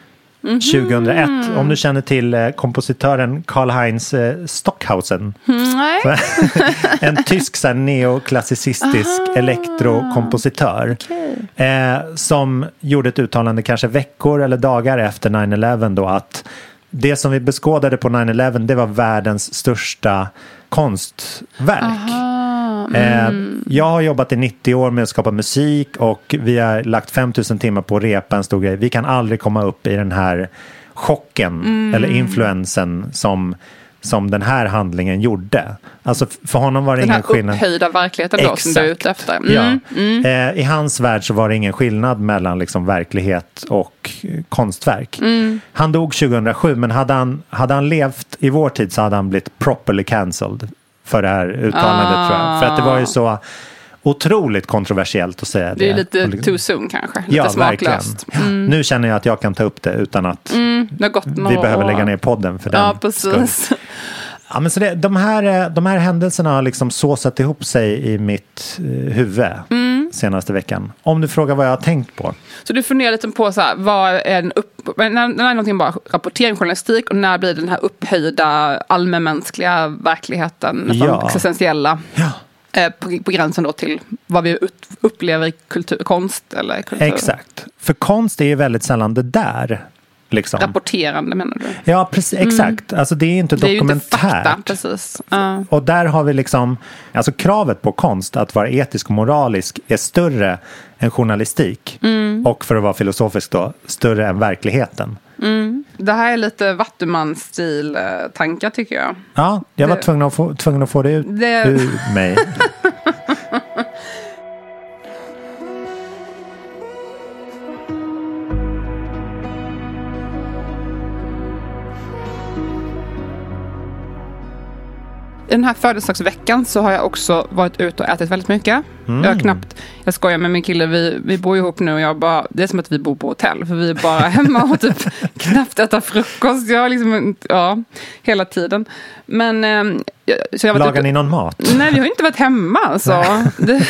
mm-hmm. tjugohundraett. Om du känner till eh, kompositören Karl-Heinz eh, Stockhausen. Mm, nej. En tysk så här, neoklassicistisk Aha. elektrokompositör. Okay. Eh, som gjorde ett uttalande kanske veckor eller dagar efter nine eleven då att det som vi beskådade på nine eleven det var världens största konstverk. Mm. Eh, jag har jobbat i nittio år med att skapa musik och vi har lagt fem tusen timmar på att repa en stor grej. Vi kan aldrig komma upp i den här chocken mm. eller influensen som, som den här handlingen gjorde. Alltså för honom var det den ingen skillnad. Den här upphöjda verkligheten då som du är ute efter. Mm. Ja. Mm. Eh, I hans värld så var det ingen skillnad mellan liksom verklighet och konstverk. Mm. Han dog tjugohundrasju men hade han, hade han levt i vår tid så hade han blivit properly cancelled för det här uttalandet ah. tror jag. För att det var ju så otroligt kontroversiellt att säga det. Det är lite liksom, too soon kanske. Lite ja, smaklöst. Mm. Nu känner jag att jag kan ta upp det utan att mm, det har gått vi behöver lägga ner podden för den. Ja, precis. Ja, men så det, de, här, de här händelserna har liksom såsat ihop sig i mitt eh, huvud mm. senaste veckan. Om du frågar vad jag har tänkt på. Så du funderar lite på så här, vad är en upp, när, när är någonting bara rapportering, journalistik och när blir den här upphöjda allmänmänskliga verkligheten, nästan ja. existentiella ja. eh, på, på gränsen då till vad vi ut, upplever i kultur, konst eller kultur. Exakt. För konst är ju väldigt sällan det där. Liksom. Rapporterande menar du? Ja, precis, exakt. Mm. Alltså det är inte det dokumentärt. Är ju inte fakta, precis. Uh. Och där har vi liksom, alltså kravet på konst att vara etisk och moralisk är större än journalistik. Mm. Och för att vara filosofisk då, större än verkligheten. Mm. Det här är lite Vattuman-stil-tankar tycker jag. Ja, jag var det... tvungen, att få, tvungen att få det ut det... ur mig. I den här födelsedagsveckan så har jag också varit ute och ätit väldigt mycket. Mm. Jag har knappt, jag skojar med min kille, vi, vi bor ihop nu och jag bara, det är som att vi bor på hotell. För vi är bara hemma och typ knappt äter frukost. Jag liksom, ja, hela tiden. Men, så jag lagar ni någon mat? Nej, vi har inte varit hemma. Alltså. Det,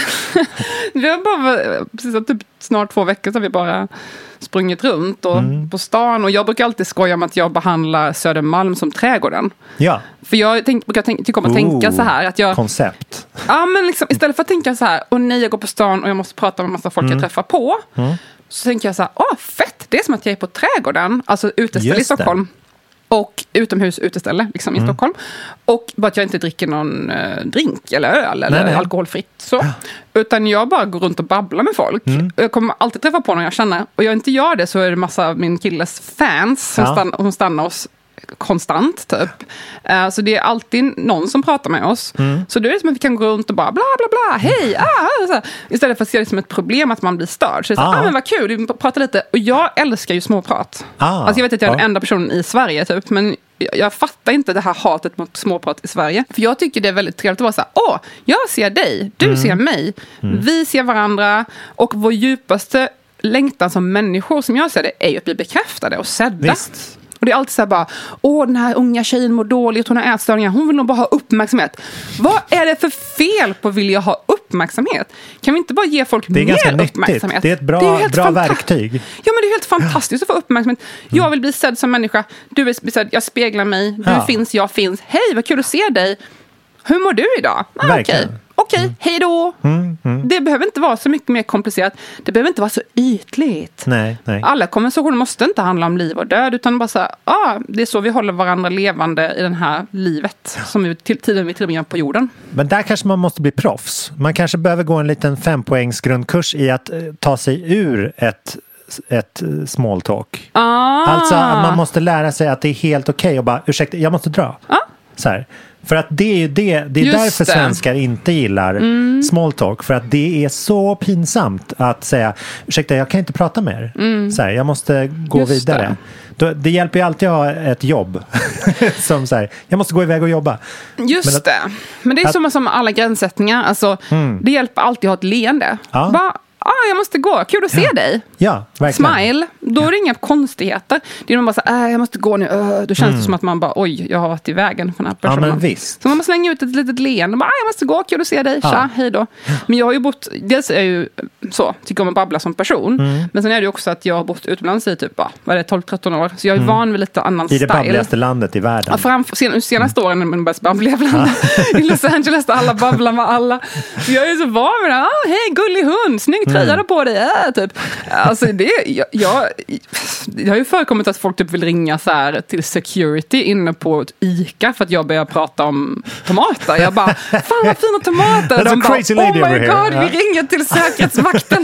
vi har bara, precis typ snart två veckor så har vi bara sprungit runt och mm. på stan. Och jag brukar alltid skoja om att jag behandlar Södermalm som trädgården. Ja. För jag tänk, brukar tänk, tycka om att oh, tänka så här. Att jag, koncept. Ja, men liksom, istället för att tänka så här, och nej, jag går på stan och jag måste prata med en massa folk mm. jag träffar på. Mm. Så tänker jag så här, åh, fett, det är som att jag är på trädgården. Alltså uteställe i Stockholm. Det. Och utomhus uteställe liksom, i mm. Stockholm. Och bara att jag inte dricker någon eh, drink eller öl eller nej, nej. alkoholfritt. Så. Ja. Utan jag bara går runt och babblar med folk. Mm. Jag kommer alltid träffa på någon jag känner. Och jag inte gör det så är det massa av min killes fans som, ja. stann, som stannar oss konstant typ. Uh, så det är alltid någon som pratar med oss. Mm. Så det är som att vi kan gå runt och bara bla bla bla, hej, ah, så här. Istället för att se det som ett problem att man blir störd. Så det är så, ah. ah men vad kul, vi pratar lite. Och jag älskar ju småprat. Ah. Alltså jag vet att jag är den enda personen i Sverige typ, men jag, jag fattar inte det här hatet mot småprat i Sverige. För jag tycker det är väldigt trevligt att vara så här, åh, jag ser dig, du mm. ser mig. Mm. Vi ser varandra och vår djupaste längtan som människor som jag ser det är ju att bli bekräftade och sedda. Visst. Och det är alltid så här bara, åh den här unga tjejen mår dåligt, hon har ätstörningar, hon vill nog bara ha uppmärksamhet. Vad är det för fel på att vilja ha uppmärksamhet? Kan vi inte bara ge folk mer uppmärksamhet? Det är ett bra, det är bra fanta- verktyg. Ja, men det är helt fantastiskt att få uppmärksamhet. Jag vill bli sedd som människa, du vill bli sedd, jag speglar mig, du ja. finns, jag finns. Hej, vad kul att se dig. Hur mår du idag? Ah, okej. Okay. Okej, mm. hej då. Mm, mm. Det behöver inte vara så mycket mer komplicerat. Det behöver inte vara så ytligt. Nej, nej. Alla konversationer måste inte handla om liv och död. Utan bara så här, ah, det är så vi håller varandra levande i den här livet. Som vi till, tiden vi tillbringar på jorden. Men där kanske man måste bli proffs. Man kanske behöver gå en liten fempoängs grundkurs i att eh, ta sig ur ett ett small talk. Ah. Alltså man måste lära sig att det är helt okej okay och bara, ursäkta, jag måste dra. Ah. Så här. För att det är ju det, det är Just därför det. svenskar inte gillar mm. small talk. För att det är så pinsamt att säga, ursäkta, jag kan inte prata med er. Mm. Så här, jag måste gå Just vidare. Det. Det hjälper ju alltid att ha ett jobb. Som så här, jag måste gå iväg och jobba. Just Men att, det. Men det är att, som, som alla gränssättningar. Alltså, mm. det hjälper alltid att ha ett leende. Ja. Bara, ah, jag måste gå, kul att se ja. dig. Ja, verkligen. Smile, då är det inga konstigheter. Det är när man bara så här, äh, jag måste gå nu. Uh, då känns Mm. det som att man bara, oj, jag har varit i vägen för den här personen. Ja, men visst. Så man måste slänga ut ett litet leende. Bara, ah, jag måste gå, kul att se dig. Tja, Ja. hej då. Men jag har ju bott, dels är jag ju så, tycker om att babbla som person. Mm. Men sen är det ju också att jag har bott utomlands i typ, bara, vad är det, tolv tretton år. Så jag är Mm. van vid lite annan I det style. babbligaste landet i världen. Ja, fram, sen, senaste åren när man började babbla ibland. I Los Angeles där alla babblar med alla. Så jag är så van vid det. Ah, hej, gullig hund, snygg tröja Mm. på dig. Äh, typ. Alltså det, jag, jag, det har ju förekommit att folk typ vill ringa så här till security inne på ett ICA för att jag börjar prata om tomater. Jag bara, fan vad fina tomater. That's De a crazy bara, lady oh my over here. god, Ja. vi ringer till säkerhetsvakten.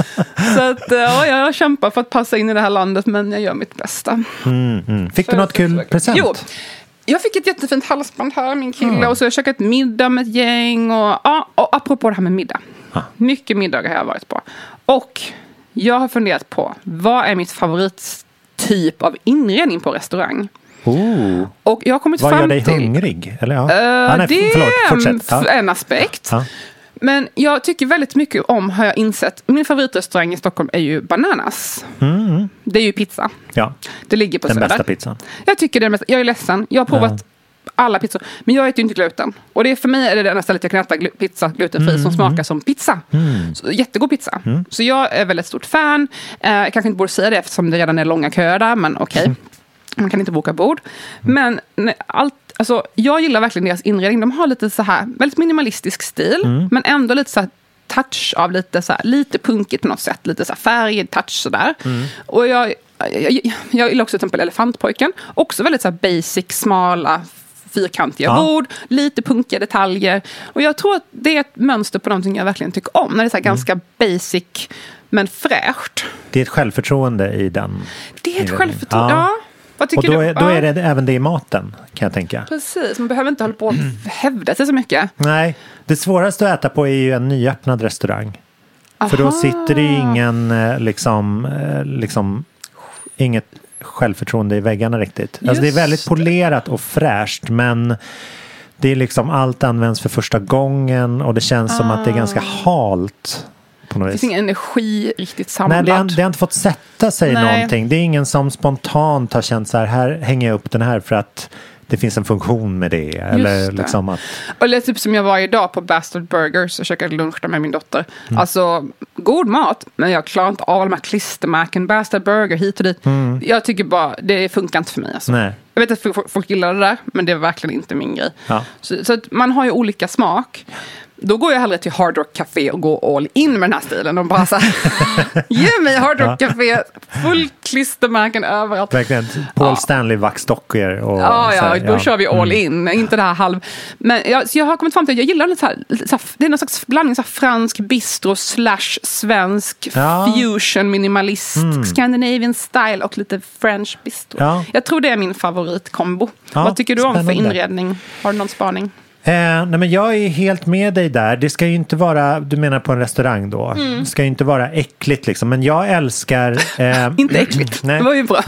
Så att, ja, jag kämpar för att passa in i det här landet, men jag gör mitt bästa. Mm, mm. Fick du något kul present? Jo, jag fick ett jättefint halsband här, min kille. Mm. Och så har jag käkat middag med ett gäng. Och, ja, och apropå det här med middag. Ah. Mycket middagar har jag varit på. Och jag har funderat på, vad är mitt favorittyp av inredning på restaurang? Oh. Och jag har kommit Vad fram gör dig till... hungrig? Eller ja. Uh, ah, nej, det förlåt, är fortsätt. en, Ja. en aspekt. Ja. Men jag tycker väldigt mycket om, har jag insett, min favoritrestaurang i Stockholm är ju Bananas. Mm. Det är ju pizza. Ja. Det ligger på Den Söder. bästa pizzan. Jag tycker det är mest, jag är ledsen. Jag har provat Ja. alla pizzor. Men jag äter ju inte gluten. Och det är för mig är det det enda stället jag kan äta glu- pizza glutenfri Mm. som smakar som pizza. Mm. Så, jättegod pizza. Mm. Så jag är väldigt stort fan. Eh, jag kanske inte borde säga det eftersom det redan är långa köer där. Men okej. Okay. Man kan inte boka bord. Men nej, allt, alltså, jag gillar verkligen deras inredning. De har lite så här väldigt minimalistisk stil. Mm. Men ändå lite så här touch av lite så här, lite punkigt på något sätt. Lite så här färg, touch sådär. Mm. Och jag, jag, jag gillar också till exempel Elefantpojken. Också väldigt så här basic, smala, fyrkantiga Ja. bord. Lite punkiga detaljer. Och jag tror att det är ett mönster på någonting jag verkligen tycker om. När det är så här mm. ganska basic, men fräscht. Det är ett självförtroende i den. Det är ett inredningen. självförtroende, ja. ja. Vad tycker och då du? är, då ja. är det även det i maten, kan jag tänka. Precis, man behöver inte hålla på och hävda sig så mycket. Nej, det svåraste att äta på är ju en nyöppnad restaurang. Aha. För då sitter det ingen liksom, liksom inget självförtroende i väggarna riktigt. Alltså det är väldigt polerat och fräscht, men det är liksom allt används för första gången och det känns ah. som att det är ganska halt. Det finns ingen energi riktigt samlad. Nej, det har, det har inte fått sätta sig Nej. någonting. Det är ingen som spontant har känt så här, här hänger jag upp den här för att det finns en funktion med det. Eller det. liksom att... Eller typ som jag var idag på Bastard Burgers och käkade lunch där med min dotter. Mm. Alltså, god mat, men jag klarar inte av de här klistermärken. Bastard Burger, hit och dit. Mm. Jag tycker bara, det funkar inte för mig. Alltså. Nej. Jag vet att folk gillar det där, men det är verkligen inte min grej. Ja. Så, så att man har ju olika smak. Då går jag hellre till Hard Rock Café och går all in med den här stilen. Och bara så här, ge mig Hard Rock Café, full klistermärken överallt. Verkligen, Paul ja. Stanley vaxdockor. Och ja, ja, här, då ja. kör vi all in. Mm. Inte det här halv... Men jag, så jag har kommit fram till att jag gillar det så här, så här, det är någon slags blandning, så här, fransk bistro slash svensk ja. fusion, minimalist, mm. Scandinavian style och lite French bistro. Ja. Jag tror det är min favoritkombo. Ja, vad tycker du om spännande. För inredning? Har du någon spaning? Eh, nej men jag är helt med dig där. Det ska ju inte vara, du menar på en restaurang då. Mm. Det ska ju inte vara äckligt liksom. Men jag älskar... Eh, inte äckligt, nej. Det var ju bra.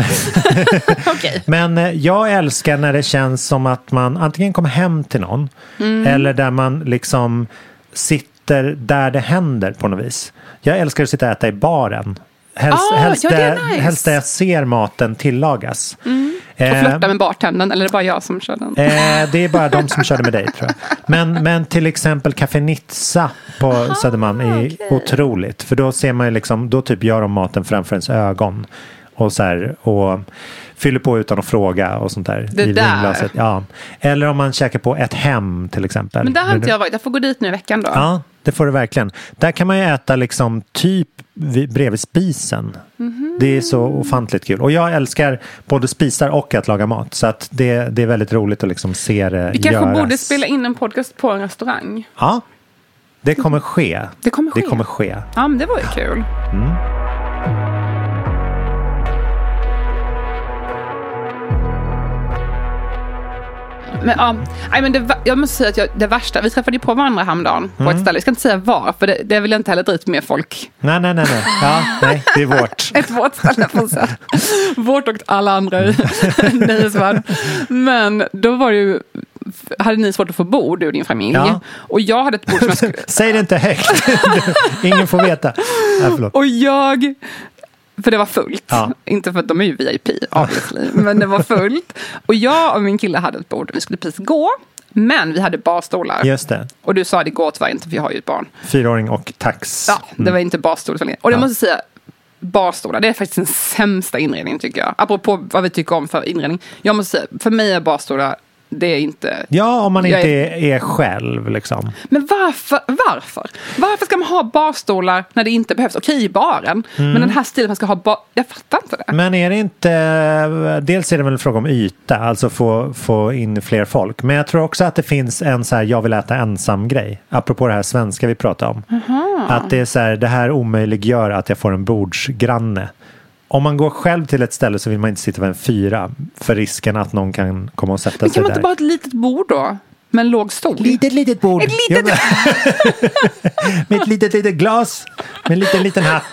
Okay. Men eh, jag älskar när det känns som att man antingen kommer hem till någon. Mm. Eller där man liksom sitter där det händer på något vis. Jag älskar att sitta och äta i baren. Helst, oh, helst, ja, det är nice. helst där jag ser maten tillagas. Mm. Och flörta med bartendern, eller är det bara jag som kör den? Eh, det är bara de som körde med dig, tror jag. Men, men till exempel Café Nizza på Aha, Södermalm är okay. otroligt. För då ser man ju liksom, då typ gör de maten framför ens ögon. Och så här, och fyller på utan att fråga och sånt där. Det i där. Vinglaset. Ja. Eller om man käkar på ett hem till exempel. Men där har inte jag varit, jag får gå dit nu i veckan då. Ja, det får du verkligen. Där kan man ju äta liksom typ bredvid spisen. Mm-hmm. Det är så ofantligt kul. Och jag älskar både spisar och att laga mat. Så att det, det är väldigt roligt att liksom se det göras. Vi kanske göras. borde spela in en podcast på en restaurang. Ja, det kommer ske. Det kommer ske. Det kommer ske. Ja, men det var ju kul. Mm. Men, ja, nej, men det, jag måste säga att jag, det värsta, vi träffade ju på varandra häromdagen på mm. ett ställe, jag ska inte säga var, för det, det vill jag inte heller drit med folk. Nej, nej, nej, nej. Ja, nej, det är vårt. Ett vårt ställe på så. Vårt och alla andra i nöjesvärlden. Men då var det ju, hade ni svårt att få bord, du och din familj. Ja. Och jag hade ett bord som jag skulle... Säg det inte högt. Ingen får veta. Nej, och jag... För det var fullt. Ja. Inte för att de är ju V I P, obviously. Men det var fullt. Och jag och min kille hade ett bord. Vi skulle precis gå. Men vi hade barstolar. Just det. Och du sa att det går tyvärr inte, för vi har ju ett barn. Fyraåring och tax. Ja, det var inte barstolar. Och jag ja. måste säga, barstolar, det är faktiskt den sämsta inredningen tycker jag. Apropå vad vi tycker om för inredning. Jag måste säga, för mig är barstolar, det är inte... Ja, om man inte är... är själv liksom. Men varför? Varför? Varför ska man ha barstolar när det inte behövs? Okej, i baren. Mm. Men den här stilen man ska ha bar... Jag fattar inte det. Men är det inte... Dels är det väl en fråga om yta, alltså få, få in fler folk. Men jag tror också att det finns en så här, jag vill äta ensam grej. Apropå det här svenska vi pratar om. Aha. Att det är så här, det här omöjliggör att jag får en bordsgranne. Om man går själv till ett ställe så vill man inte sitta vid en fyra för risken att någon kan komma och sätta sig där. Men kan man inte bara ha ett litet bord då? Med en låg stol? Litet, litet bord. Ett litet... med ett litet, litet glas. Med en liten, liten hatt.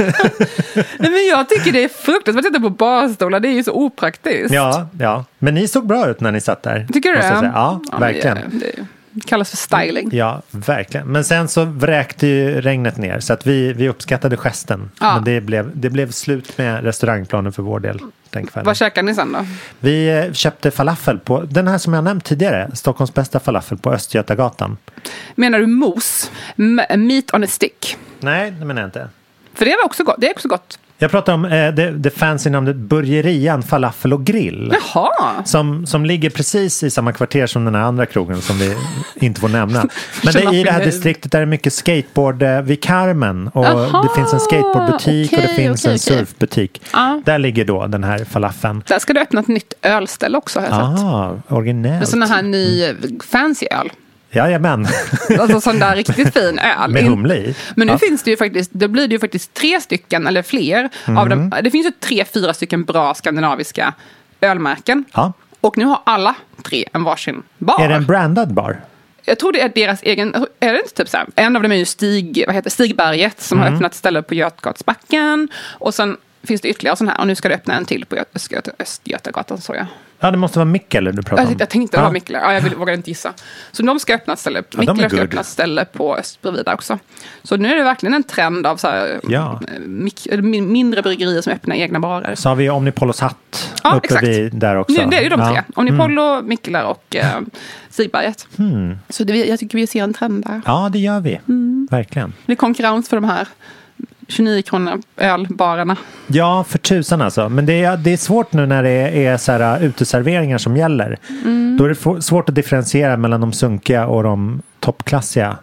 Nej, men jag tycker det är fruktansvärt att sitta på barstolar. Det är ju så opraktiskt. Ja, ja. Men ni såg bra ut när ni satt där. Tycker du det? Ja, ja, verkligen. Det, det, det kallas för styling. Ja, verkligen. Men sen så vräkte ju regnet ner. Så att vi, vi uppskattade gesten. Ja. Men det blev, det blev slut med restaurangplanen för vår del. Vad käkade ni sen då? Vi köpte falafel på, den här som jag nämnt tidigare, Stockholms bästa falafel på Östgötagatan. Menar du mos? M- meat on a stick? Nej, det menar jag inte. För det var också gott. Det är också gott. Jag pratar om eh, det, det fancy namnet Burgerian Falafel och Grill. Jaha. Som, som ligger precis i samma kvarter som den här andra krogen som vi inte får nämna. Men det, i det här distriktet är det mycket skateboard eh, vid Carmen. Och Aha, det finns en skateboardbutik okay, och det finns okay, en okay. surfbutik. Ah. Där ligger då den här falafeln. Där ska du öppna ett nytt ölställe också, har jag sett. Ah, originellt. Med sådana här ny fancy öl. Jajamän. Alltså sån där riktigt fin öl. Med humle i. Men nu ja. finns det ju faktiskt, då blir det ju faktiskt tre stycken eller fler mm. av dem. Det finns ju tre, fyra stycken bra skandinaviska ölmärken. Ja. Och nu har alla tre en varsin bar. Är det en brandad bar? Jag tror det är deras egen, är det inte typ så här? En av dem är ju Stig, vad heter Stigberget som mm. har öppnat ställe på Götgatsbacken. Och sen finns det ytterligare sån här. Och nu ska det öppna en till på Östgöta, Östgötagatan, så jag. Ja, det måste vara Mikkel du pratar om. Jag, jag tänkte det var Mikkel. Ja, jag vill, vågar inte gissa. Så de ska öppna ett ställe. Ja, Mikkel ska öppna ett ställe på Östbredvid också. Så nu är det verkligen en trend av så här, ja. mik- mindre bryggerier som öppnar egna barer. Så har vi Omnipollos hatt ja, uppe exakt. vid där också. Nu, det är ju de ja. tre. Omnipollo, mm. Mikkelar och eh, Sigberget. Mm. Så det, jag tycker vi ser en trend där. Ja, det gör vi. Mm. Verkligen. Det är konkurrens för de här tjugonio kronor ölbarerna. Ja, för tusan alltså. Men det är, det är svårt nu när det är, är så här uteserveringar som gäller. Mm. Då är det svårt att differentiera mellan de sunkiga och de toppklassiga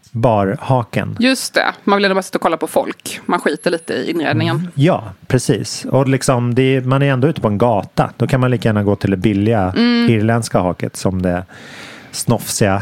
barhaken. Just det. Man vill ändå bara sitta och kolla på folk. Man skiter lite i inredningen. Mm. Ja, precis. Och liksom, det är, man är ändå ute på en gata. Då kan man lika gärna gå till det billiga mm. irländska haket som det snofsiga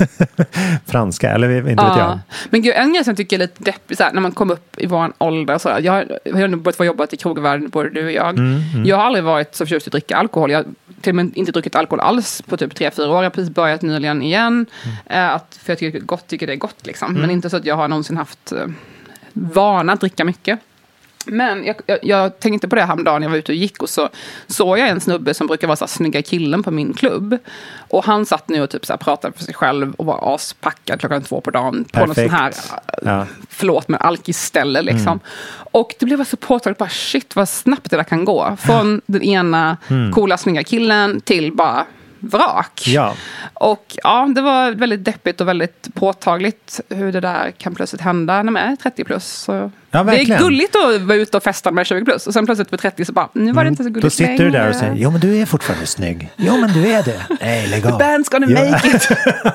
franska, eller inte vet ja. jag. Men gud, en grej som jag tycker är lite deppig, så här, när man kommer upp i vår ålder och så här, jag har, jag har börjat få jobbat i krogvärlden, både du och jag. Mm, mm. Jag har aldrig varit så förtjust att dricka alkohol. Jag har till och med inte druckit alkohol alls på typ tre, fyra år. Jag har precis börjat nyligen igen. Mm. Att, för jag tycker, gott, tycker det är gott liksom. Mm. Men inte så att jag har någonsin haft uh, vana att dricka mycket. Men jag, jag, jag tänkte på det häromdagen. Jag var ute och gick och så såg jag en snubbe som brukar vara så här snygga killen på min klubb. Och han satt nu och typ så här pratade för sig själv och var aspackad klockan två på dagen. På någon sån här, ja. förlåt, men alkiställe liksom. Mm. Och det blev så påtagligt, bara shit vad snabbt det där kan gå. Från den ena mm. coola snygga killen till bara vrak. Ja. Och ja, det var väldigt deppigt och väldigt påtagligt hur det där kan plötsligt hända när man är trettio plus. Så ja, det är gulligt att vara ute och festa med tjugo plus och sen plötsligt vid trettio så bara, nu var det inte så gulligt. Då sitter längre. Du där och säger, jo men du är fortfarande snygg. Jo men du är det. Nej, lägg av. The band's gonna ja. make it.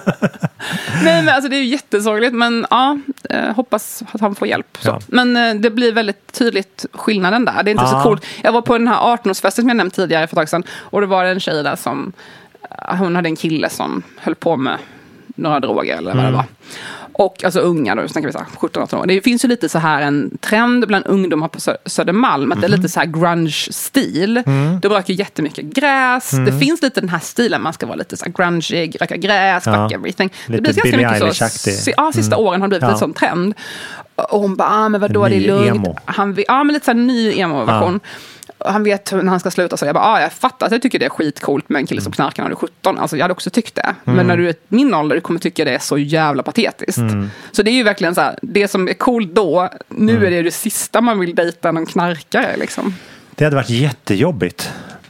Nej, men alltså det är ju jättesorgligt, men ja, eh, hoppas att han får hjälp. Så. Ja. Men eh, det blir väldigt tydligt skillnaden där. Det är inte ah. så coolt. Jag var på den här arton-årsfesten som jag nämnt tidigare för ett tag sedan och det var en tjej där som hon hade en kille som höll på med några droger eller vad mm. det var. Och alltså unga då, snackar vi så här, sjutton arton år. Det finns ju lite så här en trend bland ungdomar på Södermalm att mm. det är lite så här grunge-stil. Mm. Det röker jättemycket gräs. Mm. Det finns lite den här stilen, man ska vara lite så här grungeig, röka gräs, fuck ja. everything. Lite det blir ganska Billie mycket så. Eilish-aktig. Ja, sista mm. åren har det blivit ja. en sån trend. Och hon bara, ah, men vadå, det är lugnt. Han, ja, men lite så här ny emo-version. Ja. han vet när han ska sluta, så jag bara, ah, jag fattar att jag tycker det är skitcoolt med en kille som knarkar när du är sjutton. Alltså jag hade också tyckt det. Mm. Men när du är min ålder, du kommer tycka det är så jävla patetiskt. Mm. Så det är ju verkligen så här, det som är coolt då, nu mm. är det det sista man vill dejta någon knarkare liksom. Det hade varit jättejobbigt.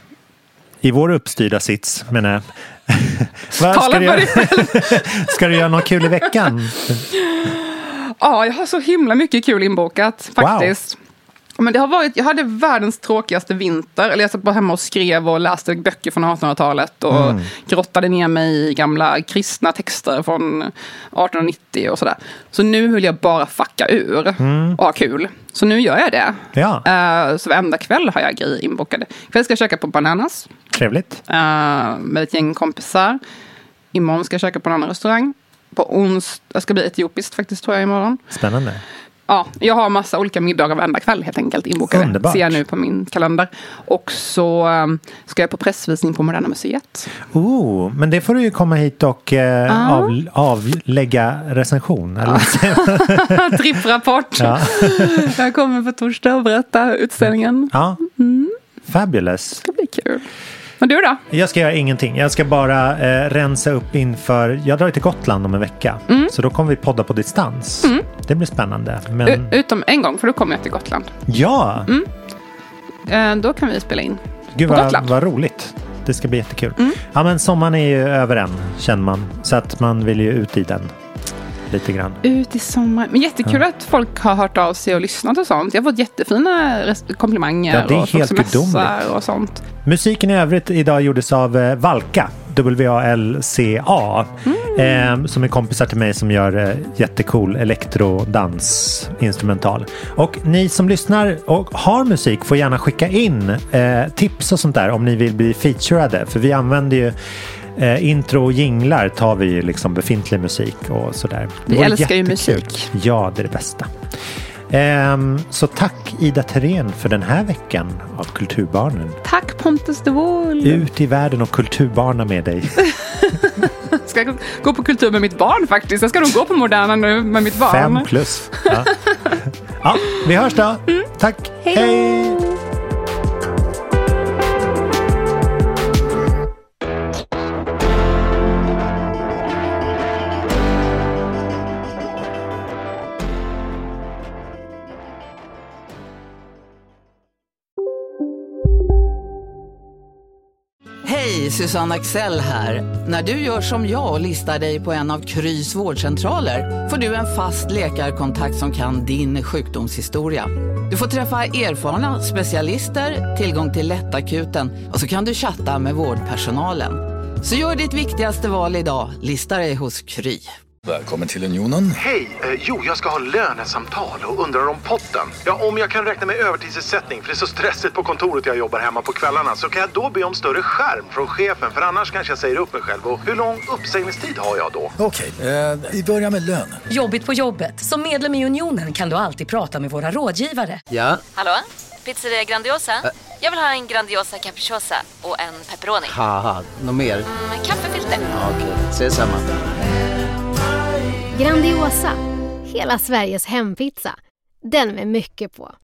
I vår uppstyrda sits, menar jag. Vad, ska, du göra? Ska du göra något kul i veckan? Ja, jag har så himla mycket kul inbokat faktiskt. Wow. Men det har varit, jag hade världens tråkigaste vinter. Eller jag satt bara hemma och skrev och läste böcker från artonhundratalet. Och mm. grottade ner mig i gamla kristna texter från arton nittio och sådär. Så nu vill jag bara fucka ur mm. och ha kul. Så nu gör jag det. Ja. Uh, så varenda kväll har jag grejer inbokade. Kväll ska jag käka på Bananas. Trevligt. Uh, med ett gäng kompisar. Imorgon ska jag käka på en annan restaurang. På ons, det ska bli etiopiskt faktiskt tror jag imorgon. Spännande. Ja, jag har massa olika middagar varenda kväll helt enkelt inbokade. Underbart. Ser jag nu på min kalender. Och så um, ska jag på pressvisning på Moderna Museet. Oh, men det får du ju komma hit och eh, ah. av, avlägga recension. Eller? Tripprapport. Ja. Jag kommer på torsdag och berätta utställningen. Ja, mm. Fabulous. Det ska bli kul. Men du då? Jag ska göra ingenting. Jag ska bara eh, rensa upp inför... Jag drar till Gotland om en vecka. Mm. Så då kommer vi podda på distans. Mm. Det blir spännande. Men... U- utom en gång, för då kommer jag till Gotland. Ja! Mm. Eh, då kan vi spela in Gud, på vad, Gotland. Vad roligt. Det ska bli jättekul. Mm. Ja, men sommaren är ju över än, känner man. Så att man vill ju ut i den. Lite grann. Ut i sommar. Men jättekul ja. Att folk har hört av sig och lyssnat och sånt. Jag har fått jättefina komplimanger. Ja, det är och helt gudomligt. Och sånt. Musiken i övrigt idag gjordes av eh, Valka. W A L C A. Mm. Eh, som är kompisar till mig som gör eh, jättecool elektrodans instrumental. Och ni som lyssnar och har musik får gärna skicka in eh, tips och sånt där om ni vill bli featurade. För vi använder ju Eh, intro och jinglar tar vi ju liksom befintlig musik och sådär. Vi älskar ju musik. Ja, det är det bästa. Eh, så tack Ida Terén för den här veckan av Kulturbarnen. Tack Pontus de Wol. Ut i världen och kulturbarna med dig. Ska jag gå på kultur med mitt barn faktiskt? Jag ska nog gå på Moderna nu med mitt barn. Fem plus. Ja, ja vi hörs då. Mm. Tack. Hej. Hej. Hej, Susanne Axel här. När du gör som jag och listar dig på en av Krys vårdcentraler får du en fast läkarkontakt som kan din sjukdomshistoria. Du får träffa erfarna specialister, tillgång till lättakuten och så kan du chatta med vårdpersonalen. Så gör ditt viktigaste val idag, lista dig hos Kry. Välkommen till Unionen. Hej, eh, jo jag ska ha lönesamtal och undrar om potten. Ja, om jag kan räkna med övertidsersättning för det är så stressigt på kontoret jag jobbar hemma på kvällarna så kan jag då be om större skärm från chefen för annars kanske jag säger upp mig själv. Och hur lång uppsägningstid har jag då? Okej, eh, vi börjar med lön. Jobbigt på jobbet. Som medlem i Unionen kan du alltid prata med våra rådgivare. Ja. Hallå? Pizzeria Grandiosa? Ä- Jag vill ha en Grandiosa capriciosa och en pepperoni. Haha, något mer? Mm, kaffefilter. Ja, okej, ses samma. Grandiosa, hela Sveriges hempizza. Den med mycket på.